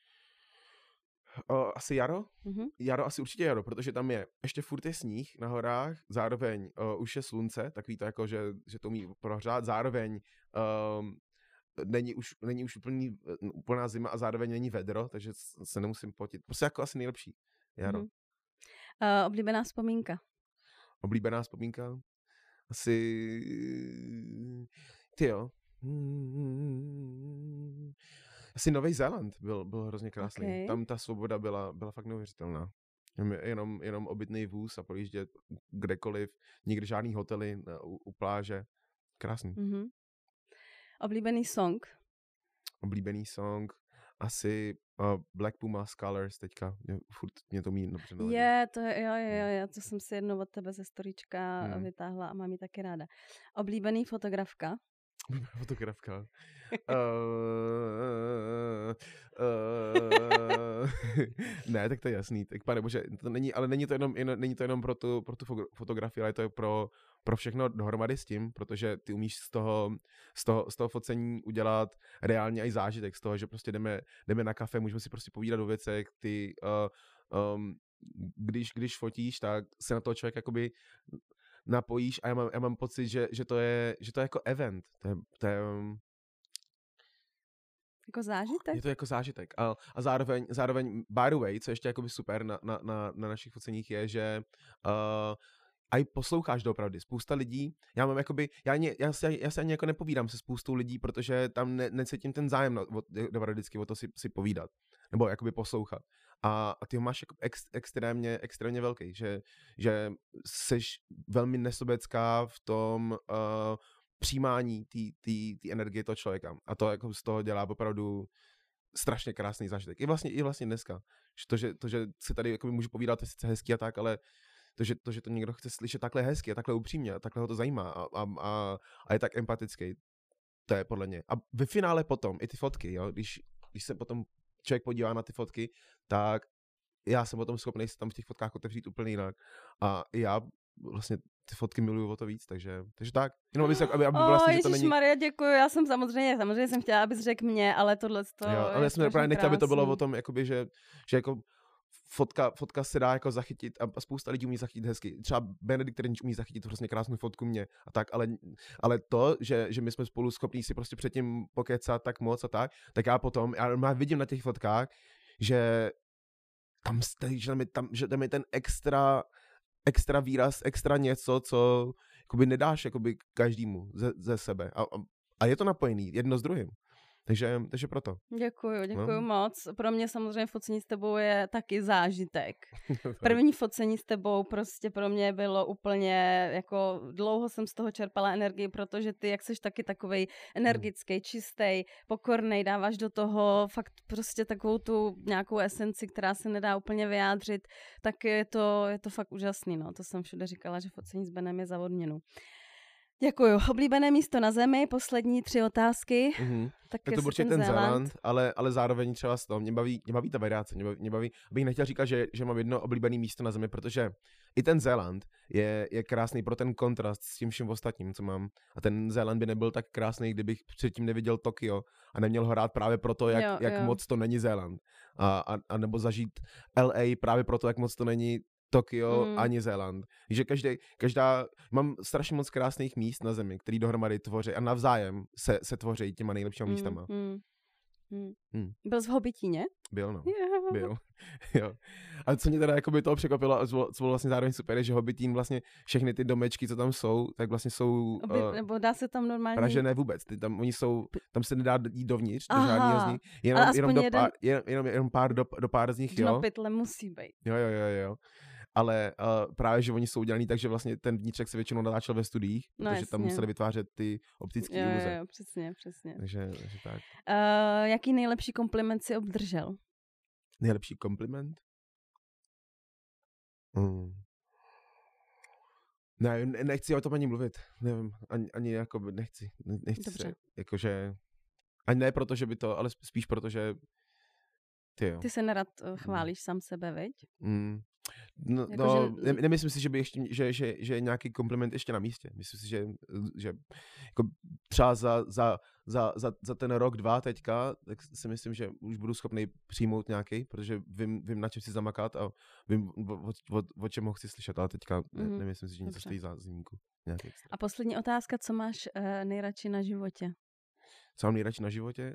Asi jaro. Jaro, asi určitě jaro, protože tam je ještě furt je sníh na horách, zároveň už je slunce, takový to jako, že to umí prohřát, zároveň není už úplná zima a zároveň není vedro, takže se nemusím potit. Prostě jako asi nejlepší jaro. Oblíbená vzpomínka? Oblíbená vzpomínka? Asi... Asi Nový Zéland byl hrozně krásný. Okay. Tam ta svoboda byla fakt neuvěřitelná. Jenom obytný vůz a projíždět kdekoliv, nikdy žádný hotely u pláže. Krásný. Oblíbený song? oblíbený song, asi Black Puma Scholars teďka, furt mě to umí dobře naladit. Jo, to jsem si jednou od tebe ze storíčka vytáhla a mám ji taky ráda. Oblíbený fotografka? Fotografka. Ne, tak to je jasný. Tak pane bože, to není, ale není to jenom pro tu fotografii, ale to je pro všechno dohromady s tím, protože ty umíš z toho focení udělat reálně i zážitek z toho, že prostě jdeme na kafe, můžeme si prostě povídat o věcech, ty když fotíš, tak se na toho člověk jakoby napojíš a já mám pocit, že to je jako event. To je jako zážitek? Je to jako zážitek. A zároveň by the way, co ještě jakoby super na našich foceních je, že a i posloucháš doopravdy. Spousta lidí, já se ani jako nepovídám se spoustou lidí, protože tam necítím ten zájem vždycky o to si povídat. Nebo jakoby poslouchat. A ty ho máš jako extrémně velký, že seš velmi nesobecká v tom přijímání té energie toho člověka. A to jako z toho dělá opravdu strašně krásný zážitek. I vlastně dneska. To, že se tady jako můžu povídat, je sice hezký a tak, ale to, že to někdo chce slyšet takhle hezky a takhle upřímně a takhle ho to zajímá a je tak empatický, to je podle mě. A ve finále potom i ty fotky, jo, když se potom člověk podívá na ty fotky, tak já jsem potom schopný se tam v těch fotkách otevřít úplně jinak. A já vlastně ty fotky miluju o to víc, takže tak. Jenom aby vlastně, že to není... Maria, děkuju, já jsem samozřejmě jsem chtěla, abys řekl mě, ale tohle to jo, ale já jsem právě nechtěla, aby to bylo o tom, jakoby, že jako fotka se dá jako zachytit a spousta lidí umí zachytit hezky. Třeba Benedikt Trnč umí zachytit vlastně krásnou fotku mě a tak, ale to, že my jsme spolu schopní si prostě předtím pokecat tak moc a tak já vidím na těch fotkách, že tam je ten extra výraz, extra něco, co jakoby nedáš jakoby každému ze sebe. A je to napojený jedno s druhým. Takže proto. Děkuju moc. Pro mě samozřejmě focení s tebou je taky zážitek. První focení s tebou prostě pro mě bylo úplně, jako dlouho jsem z toho čerpala energii, protože ty, jak seš taky takovej energický, čistý, pokornej, dáváš do toho fakt prostě takovou tu nějakou esenci, která se nedá úplně vyjádřit, tak je to fakt úžasný, no. To jsem všude říkala, že focení s Benem je za odměnu. Děkuju. Oblíbené místo na zemi, poslední 3 otázky. Tak to určitě ten Zéland, ale zároveň třeba z toho, mě baví ta variace, mě baví, abych nechtěl říkat, že mám jedno oblíbené místo na zemi, protože i ten Zéland je krásný pro ten kontrast s tím vším ostatním, co mám. A ten Zéland by nebyl tak krásný, kdybych předtím neviděl Tokio a neměl ho rád právě proto, jak moc to není Zéland. A nebo zažít LA právě proto, jak moc to není Tokio ani Zéland. Že mám strašně moc krásných míst na zemi, který dohromady tvoří a navzájem se tvoří těma nejlepšíma místama. Byl jsi v Hobitíně? Byl, no. Yeah. Byl. Jo. A co mě teda jako by toho překvapilo a co bylo vlastně zároveň super, je, že Hobitín vlastně všechny ty domečky, co tam jsou, tak vlastně jsou... nebo dá se tam normálně... Praže ne vůbec. Tam se nedá jít dovnitř, do žádného z nich. Jenom pár z nich, jo. No pytle musí být. Jo. Ale právě, že oni jsou udělaný tak, že vlastně ten vnitřek se většinou natáčel ve studiích, protože tam museli vytvářet ty optické iluze. Jo, přesně. Takže tak. Jaký nejlepší kompliment si obdržel? Nejlepší kompliment? Ne, nechci o tom ani mluvit. Nevím, ani jako nechci se, jakože, ani ne proto, že by to, ale spíš proto, že ty se nerad chválíš sám sebe, veď? Nemyslím si, že je nějaký kompliment ještě na místě. Myslím si, že jako třeba za ten rok, 2 teďka, tak si myslím, že už budu schopný přijmout nějaký, protože vím na čem si zamakat a vím, o čem ho chci slyšet, ale teďka nemyslím si, že něco stojí za zmínku. A poslední otázka, co máš nejradši na životě? Co mám nejradši na životě?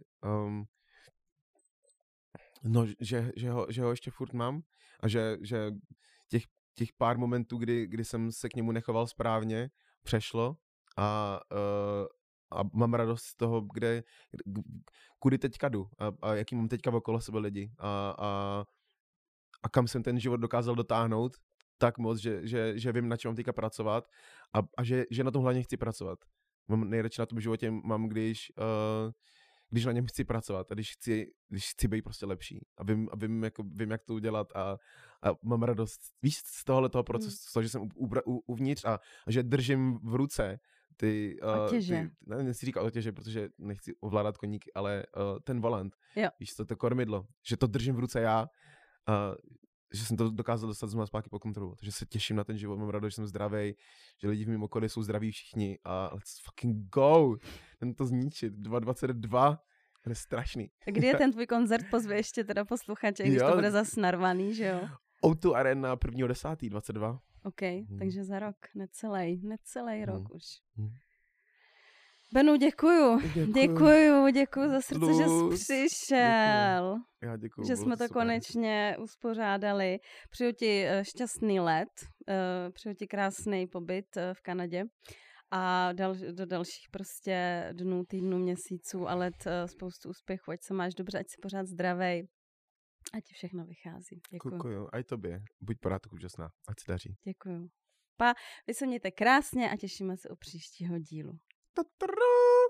No, že ho ještě furt mám a že těch pár momentů, kdy jsem se k němu nechoval správně, přešlo a mám radost z toho, kudy teďka jdu a jaký mám teďka okolo sebe lidi a kam jsem ten život dokázal dotáhnout tak moc, že vím, na čem mám teďka pracovat a že na tom hlavně chci pracovat. Mám nejradši na tom životě, když když na něm chci pracovat a když chci být prostě lepší a vím, jak to udělat a mám radost, víš, z tohoto procesu, z toho, že jsem uvnitř a že držím v ruce ty otěže. Nechci říkat otěže, protože nechci ovládat koníky, ale ten volant, jo. víš, to kormidlo, že to držím v ruce já, že jsem to dokázal dostat znovu zpátky pod kontrolu, takže se těším na ten život, mám radost, že jsem zdravý, že lidi v mém okolí jsou zdraví všichni a let's fucking go, ten to zničit, 2022, to je strašný. Kdy je ten tvůj koncert, pozve ještě teda posluchače, když to bude zas narvaný, že jo? O2 Arena 1.10.22. OK, takže za rok, necelý rok už. Benu, děkuju za srdce, že jsi přišel. Já děkuju. Že jsme to super. Konečně uspořádali. Přeju ti šťastný let, přeju ti krásný pobyt v Kanadě a do dalších prostě dnů, týdnů, měsíců a let spoustu úspěchů, ať se máš dobře, ať jsi pořád zdravej, ať ti všechno vychází. Děkuju. A i tobě. Buď pořád úžasná, ať se daří. Děkuju. Vy se mějte krásně a těšíme se u příštího dílu. Ta-ta-da!